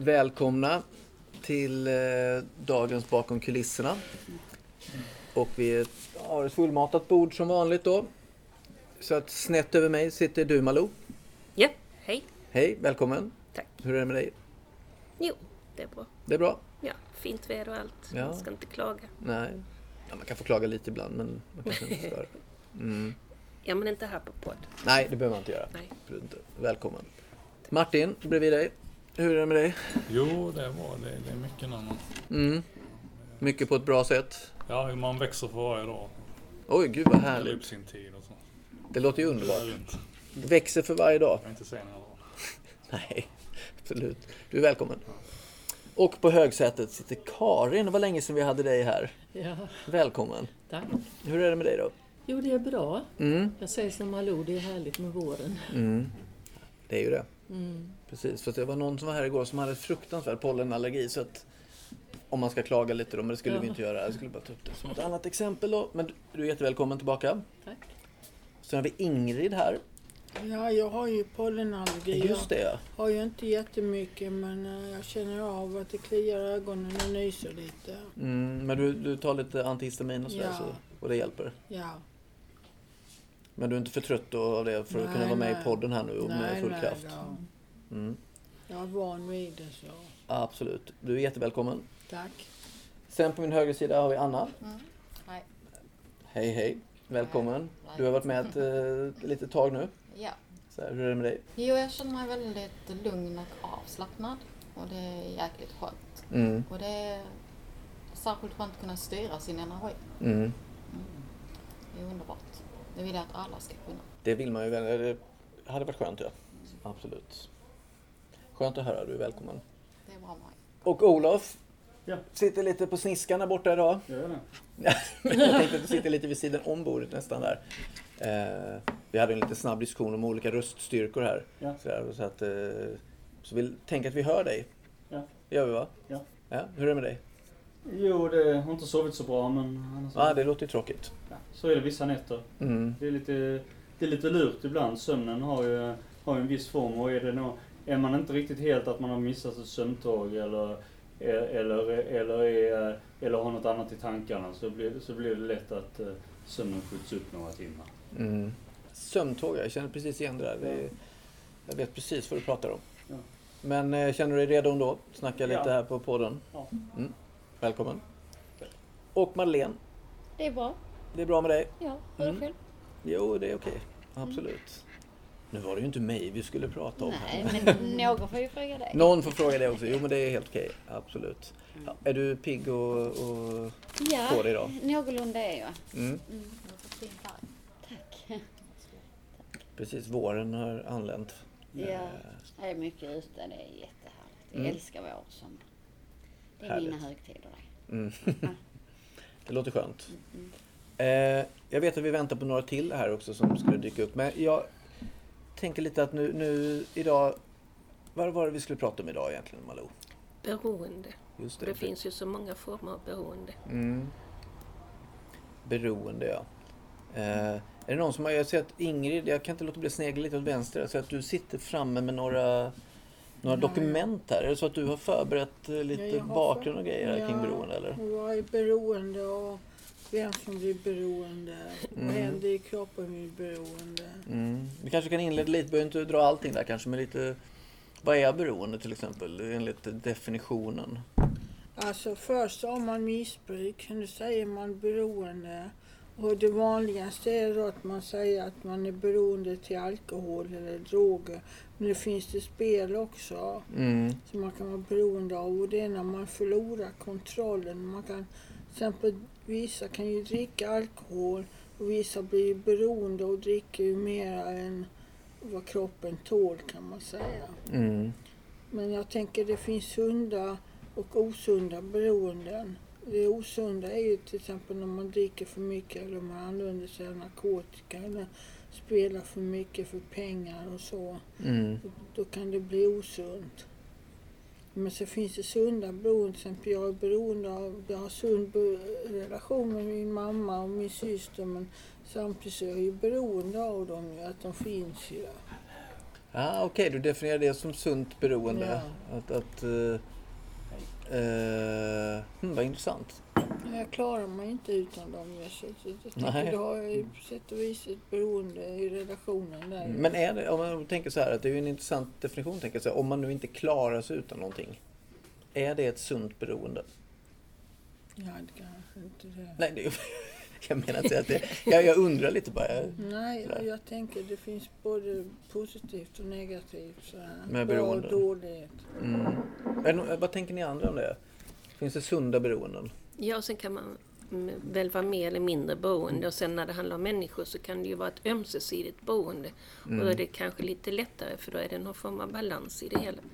Välkomna till dagens bakom kulisserna. Och vi har ett fullmatat bord som vanligt då. Så att snett över mig sitter du, Malou. Ja, hej. Hej, välkommen. Tack. Hur är det med dig? Jo, det är bra. Det är bra? Ja, fint väder och allt. Ja. Man ska inte klaga. Nej, ja, man kan få klaga lite ibland men man kanske inte stör. Mm. Ja, men inte här på podd. Nej, det behöver man inte göra. Nej. Inte. Välkommen. Martin, bredvid dig. Hur är det med dig? Jo, det är bra. Det är mycket när man... Mm. Mycket på ett bra sätt. Ja, man växer för varje dag. Oj, gud vad Häller upp härligt. sin tid och så. Det låter ju Det är underbart. runt. Växer för varje dag. Jag vill inte säga några dag. Nej, absolut. Du är välkommen. Och på högsätet sitter Karin. Det var länge sedan vi hade dig här. Ja, Välkommen. tack. Hur är det med dig då? Jo, det är bra. Mm. Jag säger som Malou, det är härligt med våren. Mm. Det är ju det. Mm. Precis, för det var någon som var här igår som hade fruktansvärd pollenallergi. Så att om man ska klaga lite då, men det skulle vi inte göra. Jag skulle bara ta upp det som ett annat exempel då. Men du är jättevälkommen tillbaka. Tack. Sen har vi Ingrid här. Ja, jag har ju pollenallergi. Just det, ja. Jag har ju inte jättemycket, men jag känner av att det kliar i ögonen och nyser lite. Mm, men du tar lite antihistamin och sådär, Ja. och det hjälper. Ja. Men du är inte för trött då av det för att kunna vara med i podden här nu och med full kraft? Ja. Mm. Jag är van vid det så. Absolut. Du är jättevälkommen. Tack. Sen på min högra sida har vi Anna. Hej. Hej, hej. Välkommen. Du har varit med ett litet tag nu. Ja. Så här, hur är det med dig? Jo, jag känner mig väldigt lugn och avslappnad. Och det är jäkligt skönt. Mm. Och det är särskilt skönt att kunna styra sin energi. Mm. Det är underbart. Det vill jag att alla ska kunna. Det vill man ju väl. Det hade varit skönt, ja. Absolut. Skönt att höra. Du är välkommen. Det är bra med mig. Och Olof. Ja. Sitter lite på sniskarna borta idag. Gör det. Men jag tänkte att du sitter lite vid sidan om bordet nästan där. Vi hade en lite snabb diskussion om olika röststyrkor här. Ja. Så vi tänker att vi hör dig. Ja. Det gör vi, va? Ja. Ja. Hur är det med dig? Jo, det har inte sovit så bra, men annars... Ja, det låter ju tråkigt. Ja, så är det vissa nätter. Mm. Det är lite lurt ibland. Sömnen har ju en viss form, och är man inte riktigt helt att man har missat ett sömntag eller har något annat i tankarna, så blir det lätt att sömnen skjuts upp några timmar. Mm. Sömntåg, jag känner precis igen det där. Jag vet precis vad du pratar om. Ja. Men känner du dig redo ändå? Snacka lite Ja. här på podden. Ja. Mm. Välkommen. Och Madeleine, Det är bra. det är bra med dig? Ja, och Mm. själv? Jo, det är okej. Absolut. Nu var det ju inte mig vi skulle prata om. Nej, men någon får ju fråga dig. Någon får fråga det också. Jo, men det är helt okej. Absolut. Ja, är du pigg och Ja, på dig idag? någorlunda är jag. Mm. Det är så fin färg. Tack. Precis, våren har anlänt. Ja, det är mycket ute. Det är jättehärligt. Jag Mm. älskar vår och sommar. Det är Härligt. mina högtider. Mm. Det låter skönt. Mm. Jag vet att vi väntar på några till här också som skulle dyka upp. Men jag tänker lite att nu idag... Vad var det vi skulle prata om idag egentligen, Malou? Beroende. Just Det finns ju så många former av beroende. Mm. Beroende, ja. Är det någon som har... Jag ser att Ingrid, jag kan inte låta bli snegla lite åt vänster. Jag ser att du sitter framme med några dokument här. Är det så att du har förberett lite jag har bakgrund och grejer här kring beroende, eller? Och vad är beroende och vem som blir beroende. Vad händer i kroppen vid beroende. Mm. Vi kanske kan inleda lite, behöver inte dra allting där kanske, men lite... Vad är beroende till exempel, enligt definitionen? Alltså först har man missbruk, nu säger man beroende. Och det vanligaste är då att man säger att man är beroende till alkohol eller droger. Men det finns det spel också som man kan vara beroende av. Och det är när man förlorar kontrollen. Man kan, till exempel vissa kan ju dricka alkohol och vissa blir beroende och dricker ju mer än vad kroppen tål, kan man säga. Mm. Men jag tänker det finns sunda och osunda beroenden. Det osunda är ju till exempel när man dricker för mycket eller man använder sig av narkotika eller spelar för mycket för pengar och så. Mm. Då kan det bli osunt. Men så finns det sunda beroende. Till exempel jag är beroende av, jag har sund relation med min mamma och min syster, men samtidigt så är jag ju beroende av dem, att de finns ju. Okej, du definierar det som sunt beroende. Ja. Vad intressant. Jag klarar mig inte utan dem. Så jag Nej. tycker du har ju på sätt och vis ett beroende i relationen där. Men är det, om man tänker så här, att det är ju en intressant definition, tänker jag så här, om man nu inte klarar sig utan någonting, är det ett sunt beroende? Ja, det kanske inte det. Nej, jag menar inte att det, jag undrar lite bara. Nej, jag tänker det finns både positivt och negativt. Så här. Med Bra beroende. och dåligt. Vad tänker ni andra om det? Finns det sunda beroenden? Ja, och sen kan man väl vara mer eller mindre beroende. Och sen när det handlar om människor så kan det ju vara ett ömsesidigt beroende. Och då är det kanske lite lättare, för då är det någon form av balans i det hela.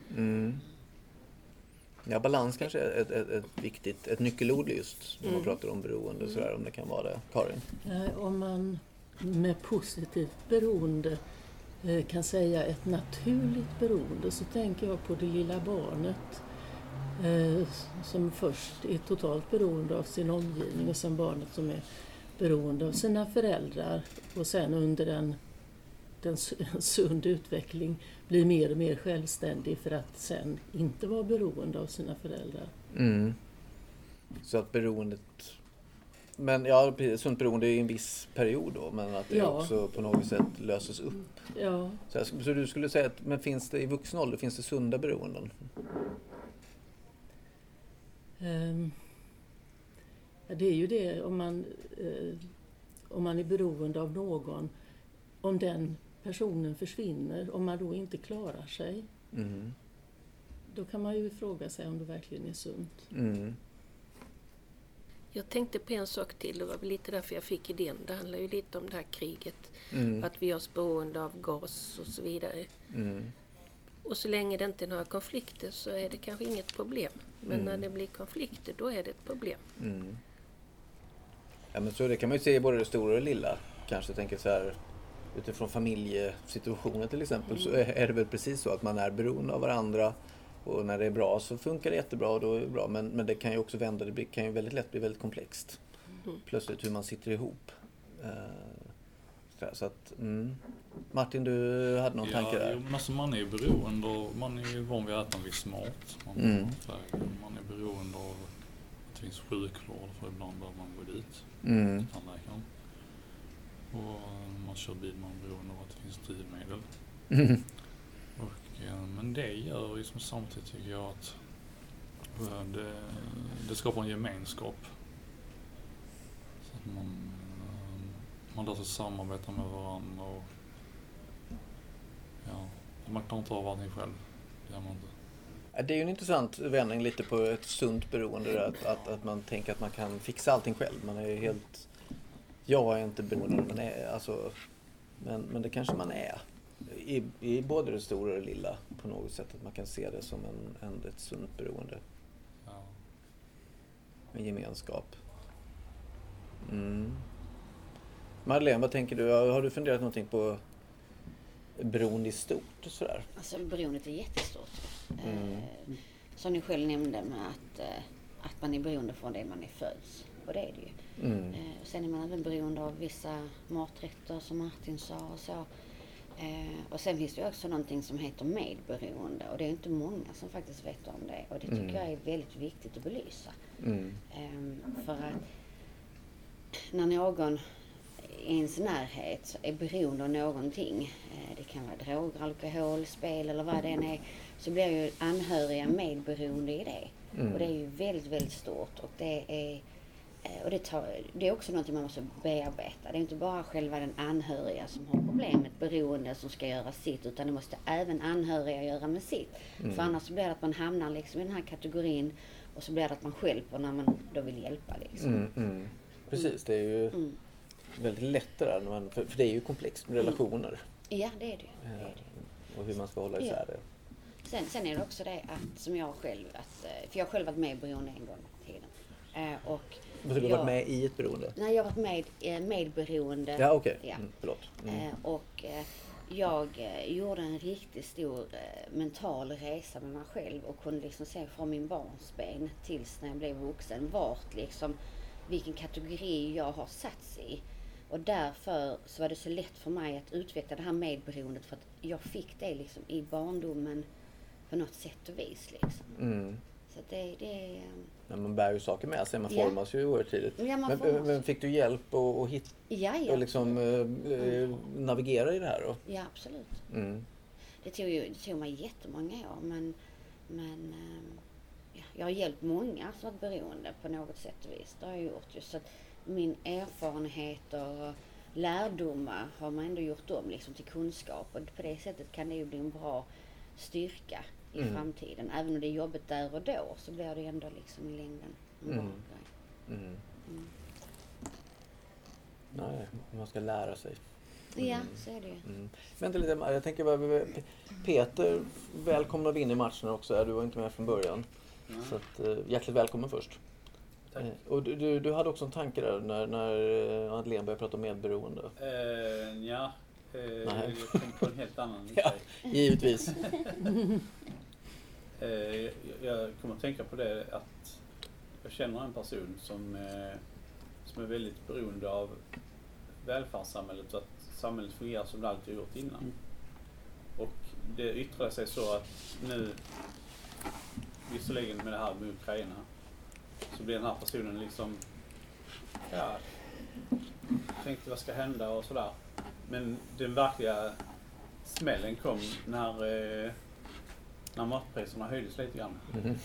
Ja, balans kanske är ett nyckelord just när man pratar om beroende. Så där, om det kan vara det. Karin? Om man med positivt beroende kan säga ett naturligt beroende, så tänker jag på det lilla barnet som först är totalt beroende av sin omgivning, och sen barnet som är beroende av sina föräldrar, och sen under en sund utveckling blir mer och mer självständig för att sen inte vara beroende av sina föräldrar. Så att beroendet... Men ja, sunt beroende är i en viss period då, men att det också på något sätt löses upp. Ja. Så du skulle säga att, men finns det i vuxen ålder, finns det sunda beroenden? Det är ju det, om man är beroende av någon, om den personen försvinner, om man då inte klarar sig, då kan man ju fråga sig om det verkligen är sunt. Jag tänkte på en sak till, det var väl lite därför jag fick idén. Det handlar ju lite om det här kriget. Att vi gör oss beroende av gas och så vidare. Och så länge det inte är några konflikter så är det kanske inget problem. Men när det blir konflikter, då är det ett problem. Ja, men så det kan man ju se i både det stora och det lilla. Kanske tänker så här, utifrån familjesituationer till exempel, så är det väl precis så att man är beroende av varandra. Och när det är bra så funkar det jättebra och då är det bra. Men det kan ju också vända, det kan ju väldigt lätt bli väldigt komplext. Plötsligt hur man sitter ihop. Så att, Martin, du hade någon tanke där? Ja, men alltså man är ju beroende och man är ju van vid att äta en viss mat. Man är beroende av att det finns sjukvård, för ibland behöver man gå dit till tandläkaren. Och man kör bil, man är beroende av att det finns drivmedel. Men det gör ju som samtidigt, tycker jag, att det skapar en gemenskap. Så att man lär sig samarbeta med varandra och man kan inte ha allting själv. Det gör man inte. Det är ju en intressant vändning lite på ett sunt beroende, att man tänker att man kan fixa allting själv. Man är ju helt... Jag är inte beroende, men det kanske man är. I både det stora och det lilla på något sätt, att man kan se det som ett sunt beroende. Ja. En gemenskap. Madeleine, vad tänker du? Har du funderat någonting på beroende i stort och sådär? Alltså beroendet är jättestort. Som ni själv nämnde med att man är beroende från det man är föds. Och det är det ju. Sen är man även beroende av vissa maträtter som Martin sa och så. Och sen finns det ju också någonting som heter medberoende, och det är inte många som faktiskt vet om det, och det tycker jag är väldigt viktigt att belysa. För att när någon i ens närhet är beroende av någonting, det kan vara droger, alkohol, spel eller vad det än är, så blir ju anhöriga medberoende i det. Och det är ju väldigt, väldigt stort, och det är också något man måste bearbeta. Det är inte bara själva den anhöriga som har problemet, beroende, som ska göra sitt, utan det måste även anhöriga göra med sitt. För annars blir det att man hamnar liksom i den här kategorin, och så blir det att man stjälper när man då vill hjälpa. Liksom. Precis, det är ju väldigt lätt det där, för det är ju komplext med relationer. Ja, det är det. Och hur man ska hålla isär det. Sen är det också det att, som jag själv, för jag har själv varit med i beroende en gång i tiden. Men du har varit med i ett beroende? Nej, jag har varit medberoende. Ja, okej. Ja. Förlåt. Jag gjorde en riktigt stor mental resa med mig själv och kunde liksom se från min barnsben tills när jag blev vuxen vilken kategori jag har satts i. Och därför så var det så lätt för mig att utveckla det här medberoendet, för att jag fick det liksom i barndomen på något sätt och vis liksom. Så att det men man bär ju saker med sig, man formas ju oerhört tidigt. Ja, men fick du hjälp att hitta och liksom navigera i det här då? Ja, absolut. Det tog mig jättemånga år, men jag har hjälpt många som varit beroende på något sätt och vis. Det har jag gjort, just så att min erfarenhet och lärdomar har man ändå gjort om liksom till kunskap, och på det sättet kan det ju bli en bra styrka i framtiden. Även om det är jobbigt där och då, så blir det ändå liksom i längden en bra grej. Nej, man ska lära sig. Ja, så är det ju. Vänta lite, jag tänker bara, Peter, välkomna in i matchen också. Du var inte med från början. Så att, hjärtligt välkommen först. Tack. Och du hade också en tanke där när Madeleine började prata om medberoende. Jag tänkte på en helt annan ja, givetvis. Jag kommer att tänka på det att jag känner en person som är väldigt beroende av välfärdssamhället, så att samhället fungerar som det alltid gjort innan. Och det yttrar sig så att nu, visserligen med det här med Ukraina, så blir den här personen liksom, tänkte vad ska hända och sådär. Men den verkliga smällen kom när matpriserna höjdes lite grann.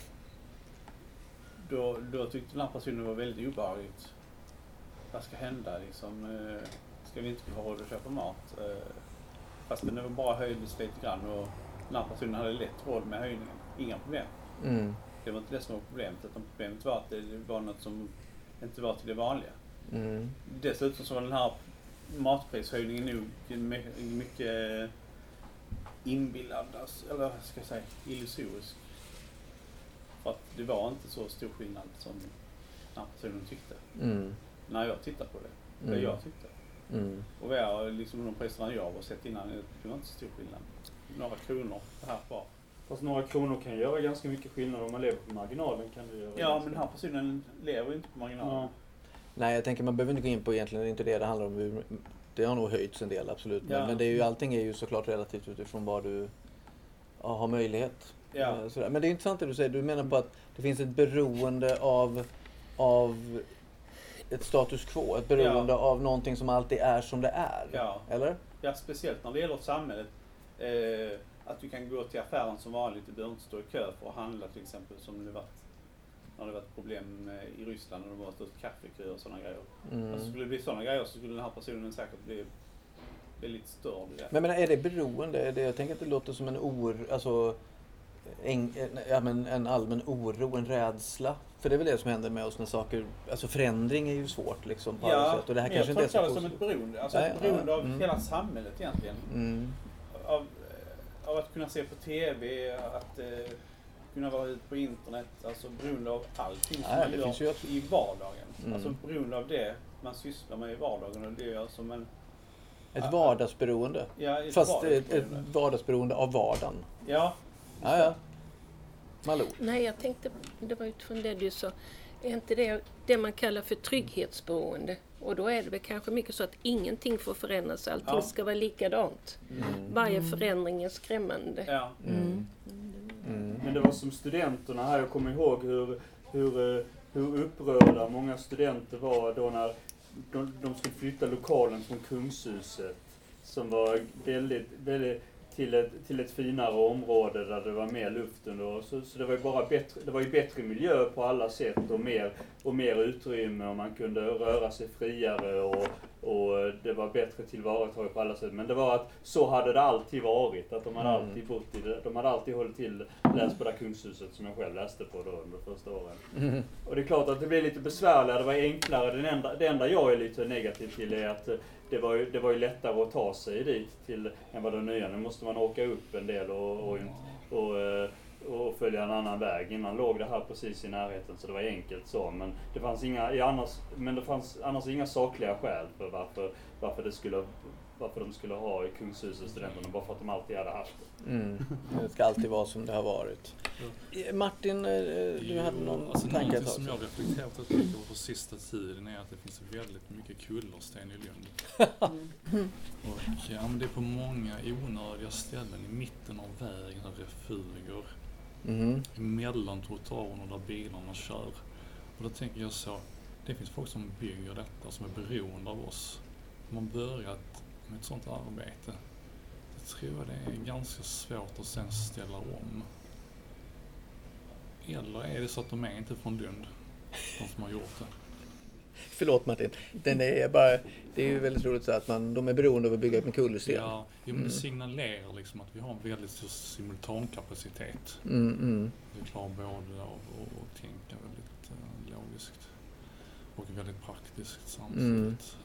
Då tyckte den här personen var väldigt obehagligt. Vad ska hända liksom? Ska vi inte ha råd att köpa mat? Fast den var bara höjdes lite grann, och den här personen hade lätt råd med höjningen. Inga problem. Det var inte det som var problemet, utan problemet var att det var något som inte var till det vanliga. Dessutom så var den här matprishöjningen nog mycket inbillad, eller ska jag säga illusorisk. För att det var inte så stor skillnad som den här personen tyckte. När jag tittar på det jag tyckte. Och vi har liksom de priserna jag har sett innan, det var inte så stor skillnad. Några kronor det här var. Fast några kronor kan göra ganska mycket skillnad om man lever på marginalen. Kan det göra. Ja, men den här personen lever inte på marginalen. Ja. Nej, jag tänker man behöver inte gå in på egentligen, det är inte det handlar om. Det har nog höjts en del, absolut. Men det är ju, allting är ju såklart relativt utifrån vad du har möjlighet. Ja. Sådär. Men det är intressant det du säger. Du menar på att det finns ett beroende av ett status quo. Ett beroende av någonting som alltid är som det är. Ja. Eller? Ja, speciellt när det gäller samhället. Att du kan gå till affären som vanligt. Du behöver inte stå i kö för att handla till exempel, som det varit när det varit problem i Ryssland och de har stått kaffekö och sådana grejer. Alltså, skulle det bli sådana grejer så skulle den här personen säkert bli väldigt störd. Men är det beroende? Jag tänker att det låter som en allmän oro, en rädsla. För det är väl det som händer med oss när saker, alltså förändring är ju svårt liksom på alla sätt. Och det här kanske inte är så det som ett beroende, alltså ett beroende av hela samhället egentligen. Av att kunna se på TV, att kunna vara ute på internet, alltså beroende av allting som man gör i vardagen. Alltså beroende av det man sysslar med i vardagen, och det gör som en... Ett vardagsberoende. Ja, ett vardagsberoende av vardagen. Ja. Ja. Malou. Nej, jag tänkte, det var utifrån det du sa. Är inte det man kallar för trygghetsberoende? Och då är det väl kanske mycket så att ingenting får förändras. Allting ska vara likadant. Varje förändring är skrämmande. Ja. Men det var som studenterna här. Jag kommer ihåg hur upprörda många studenter var då när de skulle flytta lokalen från Kungshuset. Som var väldigt, väldigt till ett finare område där det var mer luft under. Så det var ju bara bättre, det var ju bättre miljö på alla sätt och mer utrymme, och man kunde röra sig friare och det var bättre tillvaratag på alla sätt. Men det var att så hade det alltid varit, att de hade alltid bott de hade alltid hållit till, läst på det Kungshuset som jag själv läste på då under första åren. Och det är klart att det blev lite besvärligare, det var enklare. Det enda jag är lite negativ till är att det var ju lättare att ta sig dit än vad det nya. Nu måste man åka upp en del och följa en annan väg. Innan låg det här precis i närheten, så det var enkelt så. Men det fanns annars inga sakliga skäl för varför varför de skulle ha i Kungshuset studenterna, bara för att de alltid hade haft det. Det ska alltid vara som det har varit. Martin, du hade någon tanke? Någonting som jag reflekterat mycket på sista tiden är att det finns väldigt mycket kullersten i Lund. Och men det är på många onödiga ställen i mitten av vägen, där refuger, mellan trottoarerna där bilarna kör. Och då tänker jag så, det finns folk som bygger detta som är beroende av oss. Om man börjat med ett sånt arbete, jag tror det är ganska svårt att sen ställa om. Eller är det så att de är inte från Lund, de som har gjort det? Förlåt Martin, det är ju väldigt roligt så att de är beroende av att bygga med kullersten. Ja, men det signalerar liksom att vi har en väldigt stor simultankapacitet. Vi klarar både av att tänka väldigt logiskt och väldigt praktiskt samtidigt.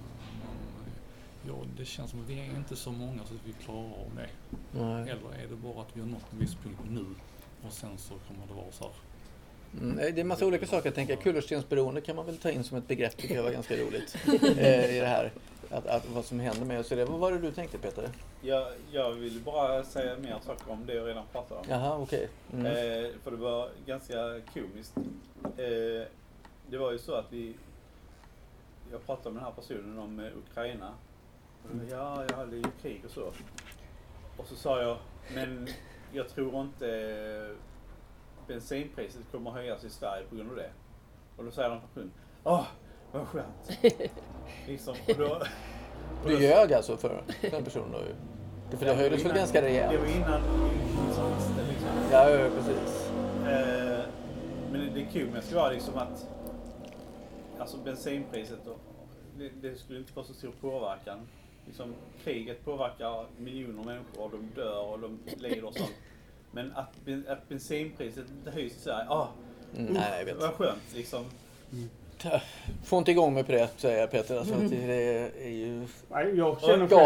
Men det känns som att vi är inte så många så att vi klarar av det. Nej. Eller är det bara att vi har nått en viss punkt nu och sen så kommer det vara så här. Det är en massa olika saker. Jag tänker kullerstensberoende kan man väl ta in som ett begrepp, tycker jag var ganska roligt i det här. Att vad som händer med oss. Vad var det du tänkte, Peter? Jag vill bara säga mer saker om det jag redan pratade om. Jaha, okej. För det var ganska komiskt. Det var ju så att jag pratade med den här personen om Ukraina. Ja, jag hade ju krig och så. Och så sa jag, men jag tror inte bensinpriset kommer att höjas i Sverige på grund av det. Och då säger den personen, vad skönt. Liksom, du ljög alltså för den personen då ju. För det höjdes väl ganska rejält. Det var innan liksom. Ja, precis. Men det komiska var liksom att alltså bensinpriset då, det skulle inte få så stor påverkan. Liksom, kriget påverkar miljoner människor och de dör och de lider och sånt. Men att bensinpriset höjs i Sverige, nej, jag vet. Vad skönt liksom. Får inte igång mig på det, säger Peter. Alltså, det är ju jag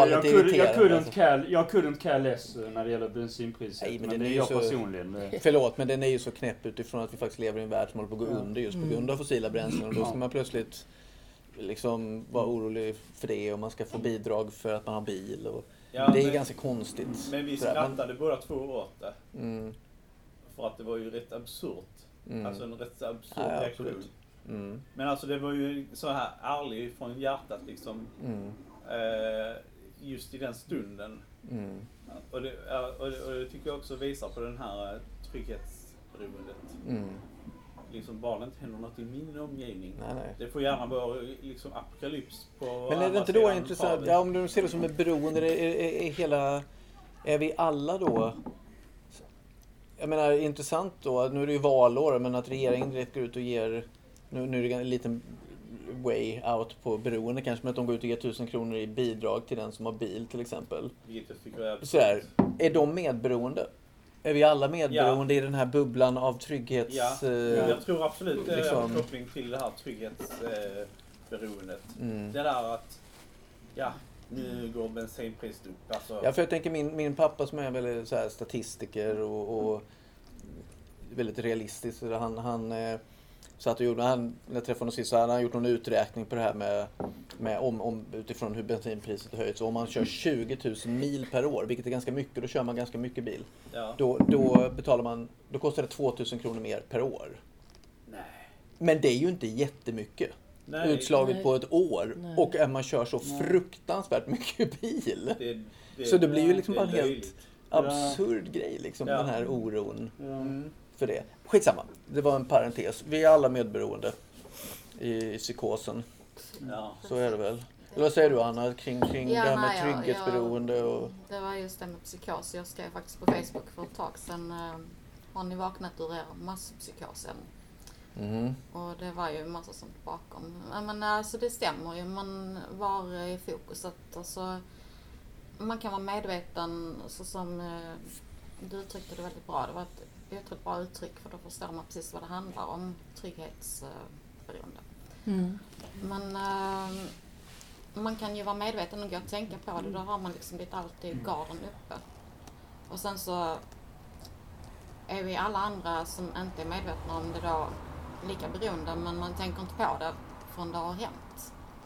känner jag couldn't care less när det gäller bensinpriset. Nej, men det är jag personligen. Förlåt, men den är ju så knäpp utifrån att vi faktiskt lever i en värld som håller på att gå under just på grund av fossila bränslen. Och då ska man plötsligt liksom vara orolig för det och man ska få bidrag för att man har bil. Och det är ganska konstigt. Men vi skrattade båda två åt det. För att det var ju rätt absurt. Alltså en rätt absurd reaktion. Men alltså det var ju så här ärlig från hjärtat liksom. Just i den stunden. Och det tycker jag också visar på den här trygghetsberoendet. Liksom bara det inte händer något i min omgivning. Nej. Det får gärna vara liksom apokalyps på. Men är det inte då intressant, om du ser det som ett beroende, är vi alla då, jag menar intressant då, nu är det ju valår, men att regeringen direkt går ut och ger, nu är det en liten way out på beroende kanske, men att de går ut och ger 1000 kronor i bidrag till den som har bil till exempel. Så här, är de medberoende? Är vi alla medberoende i den här bubblan av trygghets... Ja, jag tror absolut det är en koppling till det här trygghetsberoendet. Det där att, nu går bensinpriset upp. Alltså. Ja, för jag tänker min pappa som är väldigt så här statistiker och väldigt realistisk. Han satt och gjorde, när jag träffade honom sist så hade han gjort någon uträkning på det här med om utifrån hur bensinpriset höjts. Och om man kör 20 000 mil per år, vilket är ganska mycket, då kör man ganska mycket bil. Ja. Då kostar det 2000 kronor mer per år. Nej. Men det är ju inte jättemycket. Utslaget på ett år. Nej. Och man kör så fruktansvärt mycket bil. Så det blir ju liksom en helt absurd grej liksom, den här oron för det. Skitsamma, det var en parentes. Vi är alla medberoende i psykosen. Ja. Så är det väl. Eller vad säger du Anna kring det här med trygghetsberoende? Och... Det var just det med psykos. Jag skrev faktiskt på Facebook för ett tag sedan. Har ni vaknat ur er masspsykosen? Och det var ju en massa sånt bakom. Men alltså det stämmer ju. Man var i fokuset. Alltså, man kan vara medveten, så som du uttryckte det väldigt bra. Det var ett otroligt bra uttryck, för då förstår man precis vad det handlar om, trygghetsberoende. Men man kan ju vara medveten och gå och tänka på det. Då har man liksom lite alltid garden uppe. Och sen så är vi alla andra som inte är medvetna om det då lika beroende, men man tänker inte på det förrän det har hänt.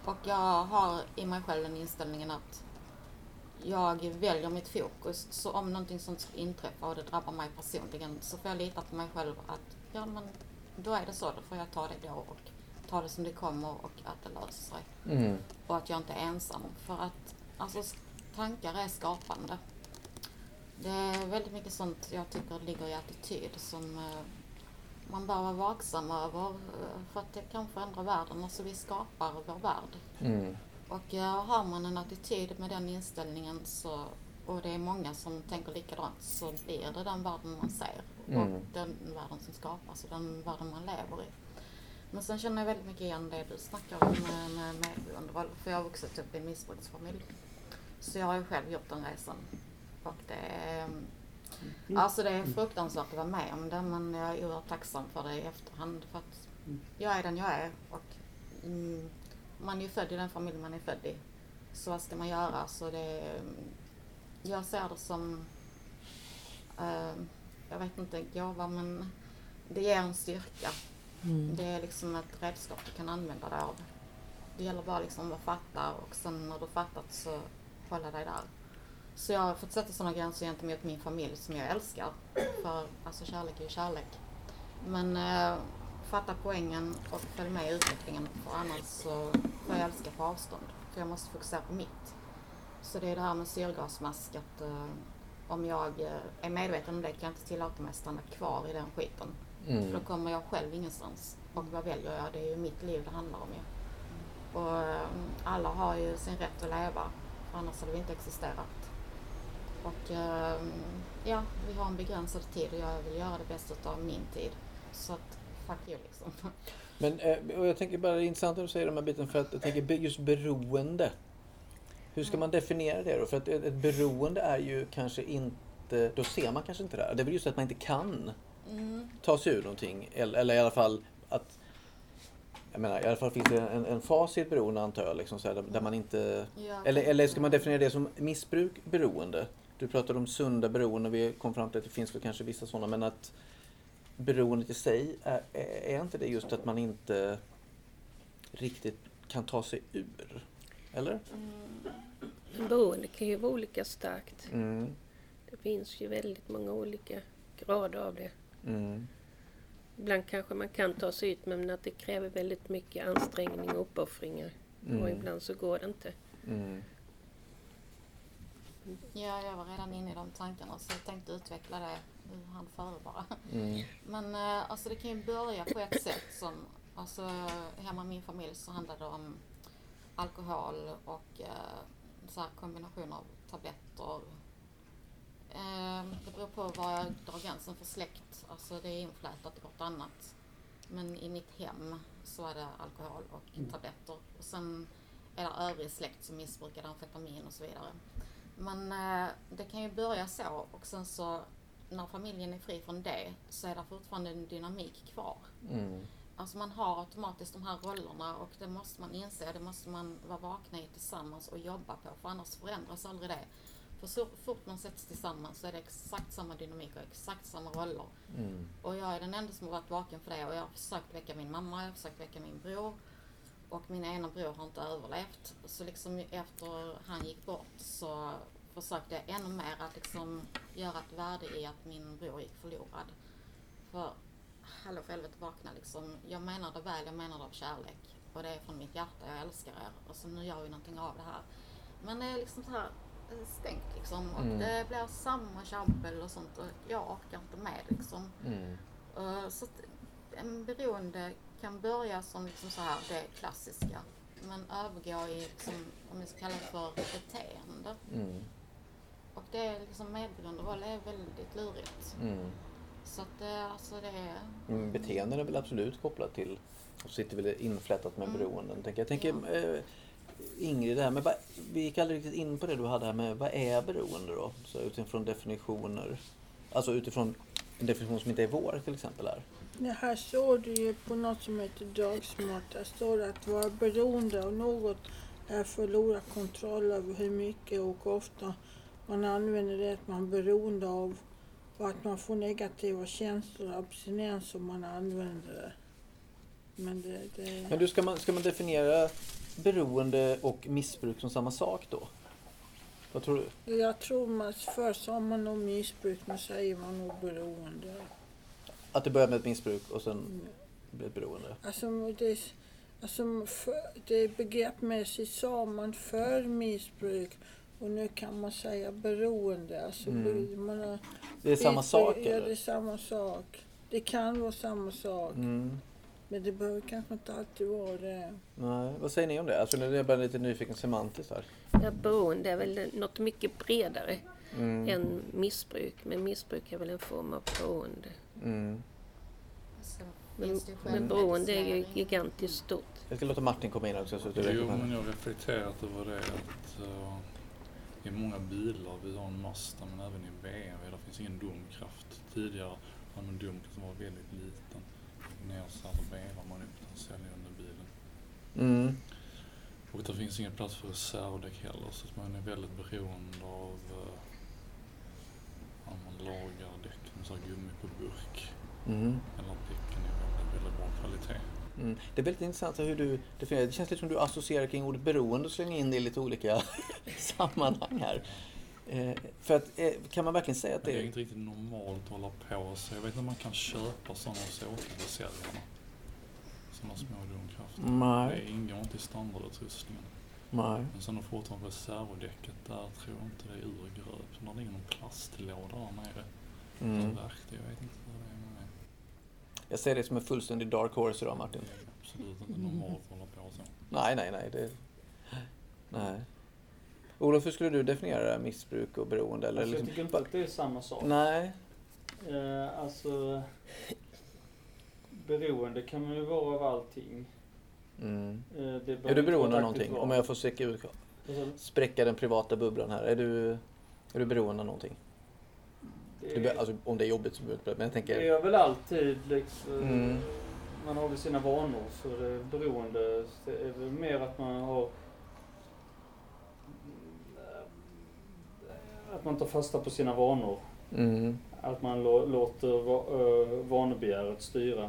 Och jag har i mig själv den inställningen att jag väljer mitt fokus. Så om någonting sånt ska inträffa och det drabbar mig personligen så får jag lita på mig själv att ja, men då är det så, då får jag ta det då och ta det som det kommer och att det löser sig. Och att jag inte är ensam. För att alltså, tankar är skapande. Det är väldigt mycket sånt jag tycker ligger i attityd som man bör vara vaksam över för att det kan förändra världen. Alltså vi skapar vår värld. Och har man en attityd med den inställningen så, och det är många som tänker likadant, så blir det den världen man ser. Och den världen som skapas och den världen man lever i. Men sen känner jag väldigt mycket igen det du snackar om med medberoende. För jag har vuxit upp i en missbruksfamilj. Så jag har ju själv gjort den resan. Och det är, alltså det är fruktansvärt att vara med om det, men jag är oerhört tacksam för det i efterhand. För att jag är den jag är. Och man är ju född i den familj man är född i. Så vad ska man göra? Så det, jag ser det som, jag vet inte, gåva, men det ger en styrka. Det är liksom ett redskap du kan använda dig av. Det gäller bara liksom att fatta, och sen när du fattat så hålla dig där. Så jag har fått sätta sådana gränser gentemot min familj som jag älskar. För alltså kärlek är ju kärlek. Men fatta poängen och följ med i utvecklingen. För annars så får jag älska på avstånd. För jag måste fokusera på mitt. Så det är det här med syrgasmask. Att om jag är medveten om det kan jag inte tillåta mig att stanna kvar i den skiten. För då kommer jag själv ingenstans. Och vad väljer jag? Det är ju mitt liv det handlar om ju. Och alla har ju sin rätt att leva. För annars hade vi inte existerat. Och ja, vi har en begränsad tid och jag vill göra det bästa av min tid. Så att, fuck you liksom. Men och jag tänker bara, det är intressant att du säger de här biten, för att jag tänker just beroende. Hur ska man definiera det då? För att ett beroende är ju kanske inte, då ser man kanske inte det här. Det är väl just att man inte kan ta sig ur någonting. Eller i alla fall att, jag menar, i alla fall finns det en fas i ett beroende, antar jag, liksom, så här, där man inte, eller ska man definiera det som missbruk, beroende? Du pratade om sunda beroende, vi kom fram till att det finns väl kanske vissa sådana, men att beroendet i sig, är inte det just att man inte riktigt kan ta sig ur? Eller? Beroende kan ju vara olika starkt. Det finns ju väldigt många olika grader av det. Ibland kanske man kan ta sig ut, men att det kräver väldigt mycket ansträngning och uppoffringar. Och ibland så går det inte. Ja, jag var redan inne i de tankarna så jag tänkte utveckla det han före bara. Men alltså det kan ju börja på ett sätt som, alltså hemma i min familj så handlar det om alkohol och så här kombination av tabletter. Det beror på var jag drar gränsen för släkt. Alltså det är inflätat i vårt annat. Men i mitt hem så är det alkohol och tabletter. Och sen är det övrig släkt som missbrukar amfetamin och så vidare. Men det kan ju börja så, och sen så när familjen är fri från det så är det fortfarande en dynamik kvar. Alltså man har automatiskt de här rollerna och det måste man inse, det måste man vara vakna i tillsammans och jobba på, för annars förändras aldrig det. För så fort man sätts tillsammans så är det exakt samma dynamik och exakt samma roller. Och jag är den enda som har varit vaken för det, och jag har försökt väcka min mamma, jag har försökt väcka min bror. Och min ena bror har inte överlevt. Så liksom efter han gick bort så försökte jag ännu mer att liksom göra ett värde i att min bror gick förlorad. För hallå för helvete, vakna liksom. Jag menar det väl, jag menar det av kärlek. Och det är från mitt hjärta, jag älskar er. Och så nu gör vi någonting av det här. Men det är liksom så här stängt liksom. Och det blir samma tjabbel och sånt. Och jag orkar inte med liksom. Så att en beroende kan börja som liksom så här, det klassiska, men övergå i liksom, om vi ska kalla det för beteende. Och det är liksom medberoenderoll är väldigt lurigt. Så att alltså det är... Beteenden är väl absolut kopplat till, och sitter väl inflätat med beroenden. Jag tänker Ingrid, det här med, vi gick aldrig riktigt in på det du hade här med, vad är beroende då? Så utifrån definitioner, alltså utifrån en definition som inte är vår till exempel här. Det här står det ju på något som heter Dagsmart. Där står det att vara beroende av något är att förlora kontroll över hur mycket och ofta man använder det att man är beroende av, och att man får negativa känslor och abstinens om man använder det. Men ska man definiera beroende och missbruk som samma sak då? Vad tror du? Jag tror att först har man nog missbruk, men säger man nog beroende. Att det börjar med ett missbruk och sen blir ett beroende? Det begreppsmässigt sa man för missbruk och nu kan man säga beroende. Det är samma sak? Ja, det är samma sak. Det kan vara samma sak. Men det behöver kanske inte alltid vara det. Nej, vad säger ni om det? Alltså nu är jag bara lite nyfiken semantiskt här. Ja, beroende är väl något mycket bredare än missbruk. Men missbruk är väl en form av beroende. Men beroende är ju gigantiskt stort. Jag ska låta Martin komma in också. Jo, men jag har reflekterat över det att i många bilar, vi har en Mazda men även i BMW, där finns ingen domkraft. Tidigare hade man domkraft som var väldigt liten. Nedsatt och vevar man upp den säljer under bilen. Och det finns ingen plats för reservdäck heller, så att man är väldigt beroende av om man lagar däck med så här gummi på burk. Eller däcken är väldigt bra kvalitet. Det är väldigt intressant hur du definierar. Det känns lite som du associerar kring ordet beroende och slänger in det i lite olika sammanhang här. För att, kan man verkligen säga att det är inte riktigt normalt att hålla på så. Jag vet inte om man kan köpa sådana saker till säljarna. Sådana små domkrafter. Det ingår inte i standardutrustningen. Men sen har fortfarande reservdäcket där tror jag inte det är urgröpt. När det ligger någon plastlåda där nere. Verktyg, jag vet inte vad det är. Jag ser det som en fullständig dark horse idag, Martin. Det är absolut inte normalt att hålla på så. Nej. Olof, hur skulle du definiera missbruk och beroende? Eller jag tycker inte att det är samma sak. Nej. Beroende kan man ju vara av allting. Är du beroende av någonting? Om jag får spräcka den privata bubblan här. Är du beroende av någonting? Alltså, om det är jobbigt så men jag tänker... Det är väl alltid liksom, man har väl sina vanor, så det är beroende. Det är väl mer att man har att man tar fasta på sina vanor. Att man låter vanebegäret styra.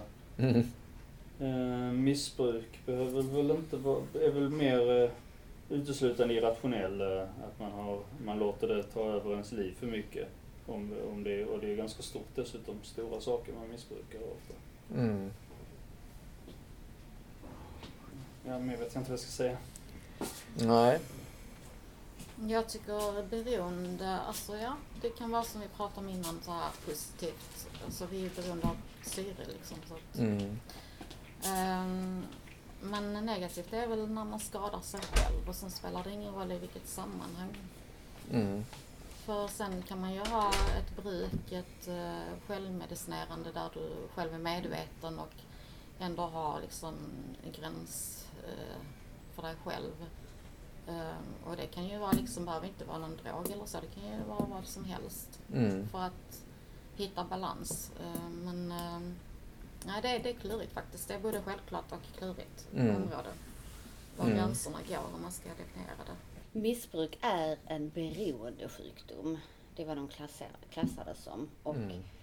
Missbruk behöver väl inte är väl mer uteslutande irrationell, att man låter det ta över ens liv för mycket. Om det, och det är ganska stort dessutom, stora saker man missbrukar ofta. Ja, men jag vet inte vad jag ska säga. Nej. Jag tycker beroende, alltså ja, det kan vara som vi pratade om innan, så här positivt. Alltså vi är beroende av syre liksom. Så att, men negativt är väl när man skadar sig själv, och sen spelar det ingen roll i vilket sammanhang. För sen kan man ju ha ett bruk, ett självmedicinerande där du själv är medveten och ändå har liksom en gräns för dig själv. Och det kan ju vara liksom, behöver inte vara någon drog eller så, det kan ju vara vad som helst för att hitta balans. Men nej, det är klurigt faktiskt. Det är både självklart och klurigt område. Var gränserna går, om man ska definiera det. Missbruk är en beroendesjukdom. Det var de klassade som. Och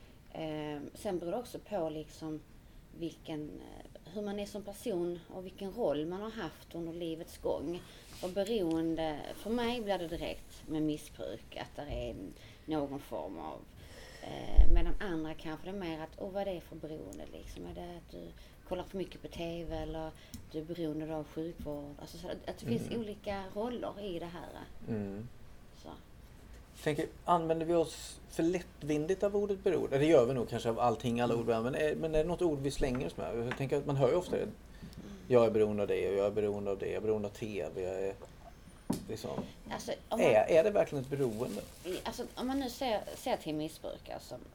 sen beror det också på liksom hur man är som person och vilken roll man har haft under livets gång. Och beroende, för mig blir det direkt med missbruk att det är någon form av medan andra kanske det är mer att vad det är för beroende liksom. Är det att du kollar för mycket på TV eller du är beroende av sjukvård. Alltså så att det finns olika roller i det här. Så. Jag tänker, använder vi oss för lättvindigt av ordet beroende? Det gör vi nog kanske av allting, alla ord vi använder. Men är det något ord vi slänger oss med? Jag tänker att man hör ju ofta det. Jag är beroende av det och jag är beroende av det. Jag är beroende av TV. Jag är liksom... Alltså, är det verkligen ett beroende? Alltså, om man nu ser till missbrukare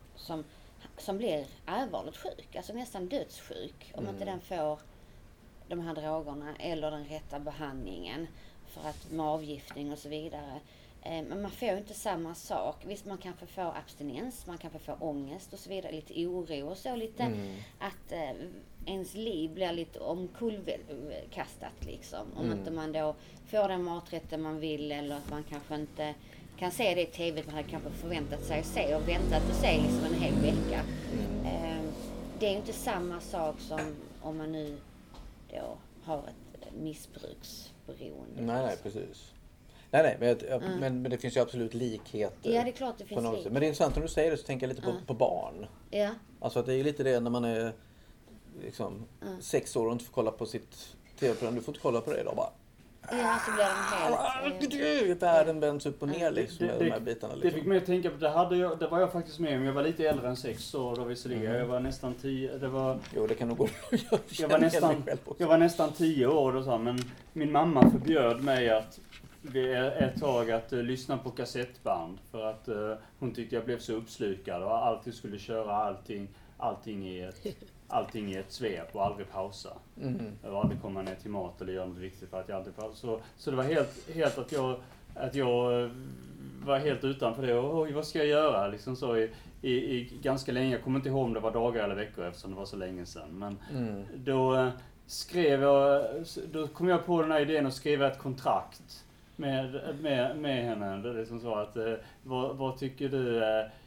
som blir allvarligt sjuk, alltså nästan dödssjuk, om inte den får de här drogerna eller den rätta behandlingen för att med avgiftning och så vidare. Men man får inte samma sak. Visst, man kanske får abstinens, man kanske får ångest och så vidare, lite oro och så, lite att ens liv blir lite omkullkastat liksom. Om inte man då får den maträtten man vill, eller att man kanske inte kan se det i TV man hade kanske förväntat sig att se och väntat att se liksom en hel vecka. Det är ju inte samma sak som om man nu då har ett missbruksberoende. Nej, precis. Nej, men det finns ju absolut likheter. Ja, det är klart det finns likheter. Men det är intressant när du säger det, så tänker jag lite på barn. Ja. Alltså att det är ju lite det när man är liksom 6 år och inte får kolla på sitt tv-program. Du får inte kolla på det idag bara. Ja, så blir de helt... Världen vänds upp och ner liksom med de här bitarna. Liksom. Det fick mig att tänka på, det var jag faktiskt med om. Jag var lite äldre än 6 år då visserligen. Jag var nästan 10. Jo, det kan nog gå. Jag var nästan 10 år och så, men min mamma förbjöd mig att ett tag att lyssna på kassettband för att hon tyckte jag blev så uppslukad och alltid skulle köra allting i ett svep och aldrig pausa. Och aldrig komma ner till mat eller göra något viktigt för att jag aldrig pausa. Så det var helt att jag var helt utanför det. Och vad ska jag göra? Liksom så i ganska länge. Jag kommer inte ihåg om det var dagar eller veckor eftersom det var så länge sedan. Men då kom jag på den här idén att skriva ett kontrakt med henne. Det är som så att vad tycker du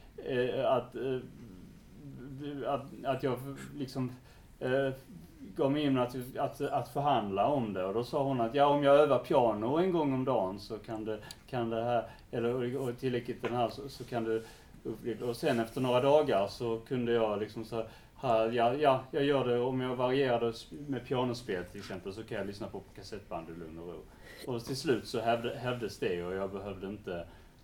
att jag liksom gav mig in att förhandla om det, och då sa hon att om jag övar piano en gång om dagen så kan det här, eller tillräckligt den här så kan du, och sen efter några dagar så kunde jag liksom så här, jag gör det, om jag varierade med pianospel till exempel så kan jag lyssna på kassettband i lugn och ro. Och till slut så hävdes det, och jag behövde inte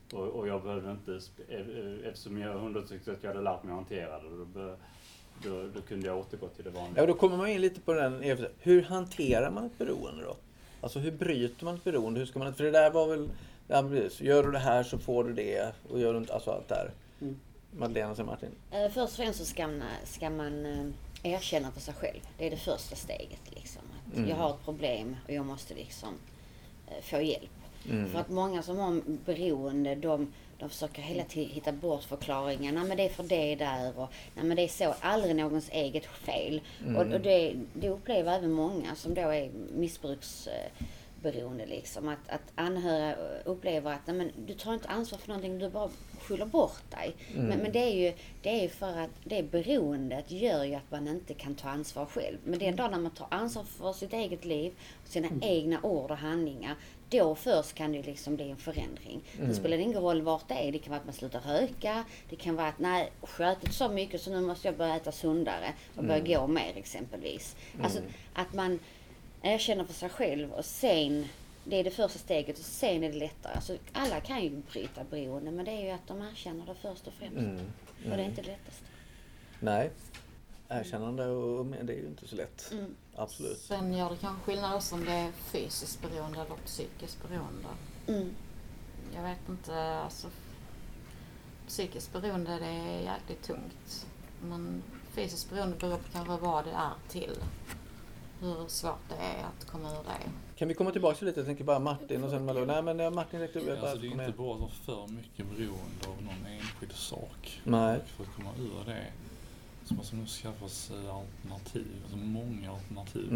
eftersom hon tyckte att jag hade lärt mig att hantera det, då kunde jag återgå till det vanliga. Ja, då kommer man in lite på den. Hur hanterar man ett beroende då? Alltså hur bryter man ett beroende? Hur ska man, för det där var väl, gör du det här så får du det, och gör du inte, alltså allt där. Madeleine och Martin. Först och främst så ska man erkänna för sig själv. Det är det första steget liksom. Att jag har ett problem och jag måste liksom få hjälp. För att många som har beroende, de försöker hela tiden hitta bort förklaringar. Nej, men det är för det där, och nej, men det är så, aldrig någons eget fel. Och det upplever även många som då är missbruksberoende liksom. Att anhöriga upplever att nej, men du tar inte ansvar för någonting, du bara skyller bort dig. Men det är ju för att det beroendet gör ju att man inte kan ta ansvar själv. Men den dag när man tar ansvar för sitt eget liv, sina egna ord och handlingar, då först kan det liksom bli en förändring. Det spelar ingen roll vart det är. Det kan vara att man slutar röka. Det kan vara att nej, skötet så mycket så nu måste jag börja äta sundare och börja gå mer exempelvis. Alltså att man erkänner för sig själv, och sen, det är det första steget, och sen är det lättare. Alltså, alla kan ju bryta beroende, men det är ju att de erkänner det först och främst. Och det är inte det lättaste. Nej. Erkännande, och det är ju inte så lätt. Absolut. Sen gör det kanske skillnad också om det är fysiskt beroende eller psykiskt beroende. Jag vet inte, alltså psykiskt beroende det är jäkligt tungt. Men fysiskt beroende beror på kanske vad det är till. Hur svårt det är att komma ur det. Kan vi komma tillbaka lite? Jag tänker bara Martin och sen Malou. Nej, men Martin räckte upp. Alltså det är inte bara att vara för mycket beroende av någon enskild sak. Nej. För att komma ur det så måste man nog skaffa sig alternativ. Alltså många alternativ.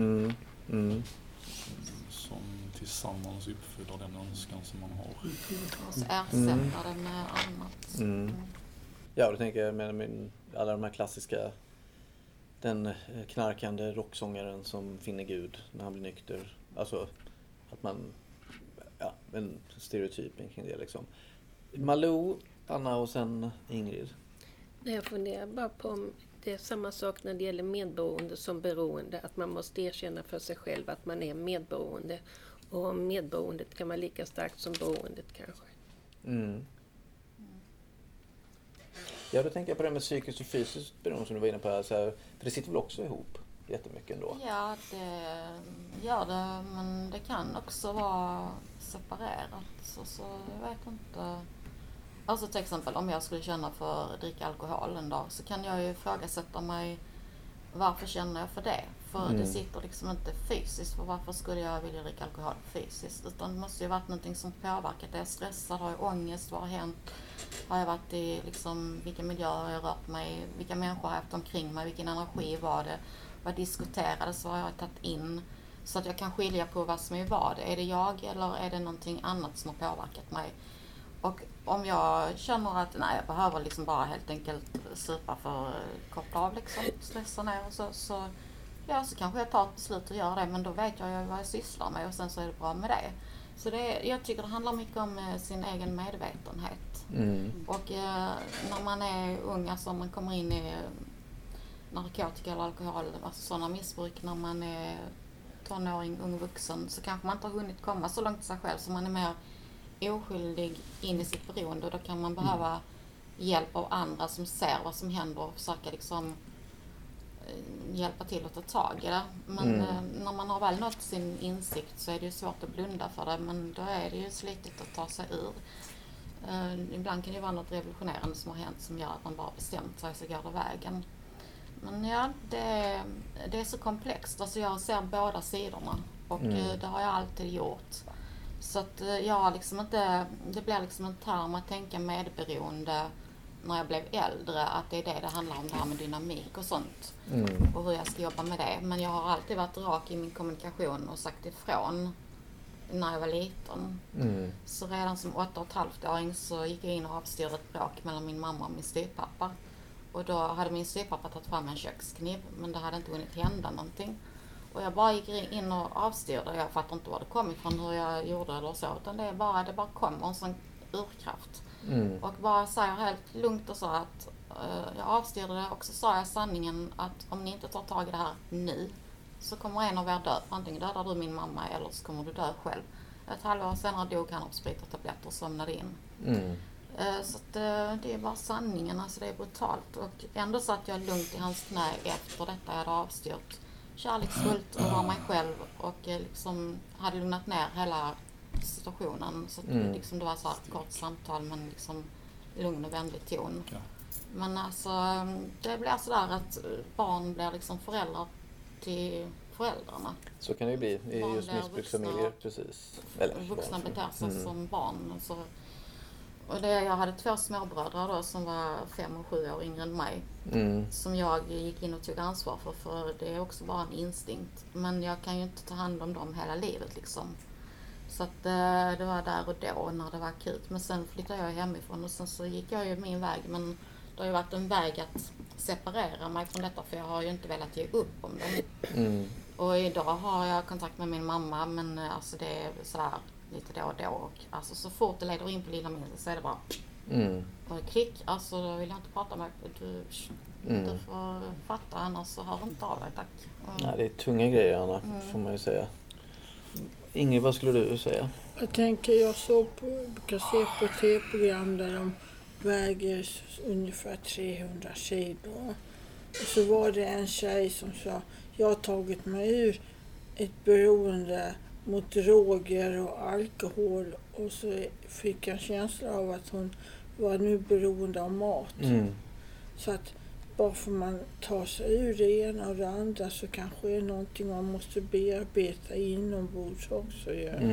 Som tillsammans uppfyller den önskan som man har. Och så ersätta det med annat. Ja, då tänker jag med alla de här klassiska, den knarkande rocksångaren som finner Gud när han blir nykter. Alltså att man, en stereotypen kring det liksom. Malou, Anna och sen Ingrid. Jag funderar bara på om det är samma sak när det gäller medberoende som beroende. Att man måste erkänna för sig själv att man är medberoende. Och medberoendet kan vara lika starkt som beroendet kanske. Ja, då tänker jag på det med psykiskt och fysiskt beroende som du var inne på här. Så här, för det sitter väl också ihop jättemycket ändå? Ja, det gör det. Men det kan också vara separerat. Så jag vet inte. Alltså till exempel om jag skulle känna för att dricka alkohol en dag så kan jag ju ifrågasätta mig varför känner jag för det? För det sitter liksom inte fysiskt. För varför skulle jag vilja dricka alkohol fysiskt? Utan det måste ju varit någonting som påverkat. Är jag stressad? Har jag ångest? Vad har hänt? Har jag varit i liksom, vilka miljöer har jag rört mig? Vilka människor har jag haft omkring mig? Vilken energi var det? Vad diskuterades? Vad har jag tagit in? Så att jag kan skilja på vad som är vad. Är det jag eller är det någonting annat som har påverkat mig? Och om jag känner att jag behöver liksom bara helt enkelt supa för att koppla av liksom, stressa ner och så ja, så kanske jag tar ett beslut och gör det, men då vet jag vad jag sysslar med och sen så är det bra med det. Så jag tycker det handlar mycket om sin egen medvetenhet. Och när man är ung, alltså man kommer in i narkotika eller alkohol, alltså sådana missbruk när man är tonåring, ung vuxen, så kanske man inte har hunnit komma så långt sig själv, så man är mer oskyldig in i sitt beroende, och då kan man behöva hjälp av andra som ser vad som händer och försöka liksom hjälpa till att ta tag i det. Men när man har väl nått sin insikt så är det ju svårt att blunda för det, men då är det ju slitigt att ta sig ur. Ibland kan det vara något revolutionerande som har hänt som gör att man bara bestämt sig så går det vägen. Men ja, det är så komplext. Alltså jag ser båda sidorna och det har jag alltid gjort. Så att jag liksom inte, det blir liksom en term att tänka medberoende när jag blev äldre, att det är det handlar om, det här med dynamik och sånt. Och hur jag ska jobba med det. Men jag har alltid varit rak i min kommunikation och sagt ifrån när jag var liten. Så redan som 8,5-åring så gick jag in och avstyrde ett bråk mellan min mamma och min styvpappa. Och då hade min styvpappa tagit fram en kökskniv, men det hade inte hunnit hända någonting. Och jag bara gick in och avstyrde. Jag fattar inte var det kom ifrån, hur jag gjorde eller så. Utan det bara kom en sån urkraft. Och bara säger helt lugnt och så att jag avstyrde det, och så sa jag sanningen att om ni inte tar tag i det här nu så kommer en av er dö. Antingen dödar du min mamma eller så kommer du dö själv. Ett halvår senare dog han av sprit och tabletter och somnade in. Så att, det är bara sanningen, alltså det är brutalt. Och ändå satt jag lugnt i hans knä efter detta. Jag hade avstyrt kärleksfullt och var mig själv och liksom hade lugnat ner hela situationen. Så att liksom det var så här ett kort samtal men liksom lugn och vänlig ton. Ja. Men alltså det blir så där att barn blir liksom föräldrar till föräldrarna. Så kan det ju bli i just missbruksfamiljer, precis. Eller vuxna beter sig som barn. Alltså, och jag hade 2 småbröder då som var 5 och 7 år yngre än mig. Som jag gick in och tog ansvar för det är också bara en instinkt. Men jag kan ju inte ta hand om dem hela livet liksom. Så att det var där och då när det var akut. Men sen flyttade jag hemifrån och sen så gick jag ju min väg. Men det har ju varit en väg att separera mig från detta, för jag har ju inte velat ge upp om dem. Och idag har jag kontakt med min mamma, men alltså det är sådär lite då och då. Och alltså så fort det leder in på lilla minnet så är det bara och klick, alltså då vill jag inte prata med du får fatta, annars så hör inte av dig, tack. Nej, det är tunga grejer, Anna, får man ju säga. Ingrid, vad skulle du säga? Jag tänker, jag brukar se på tv-program där de väger ungefär 300 kilo. Och så var det en tjej som sa, jag har tagit mig ur ett beroende mot droger och alkohol, och så fick jag en känsla av att hon var nu beroende av mat. Så att bara för man tar sig ur det ena och det andra så kanske det är någonting man måste bearbeta inombords också.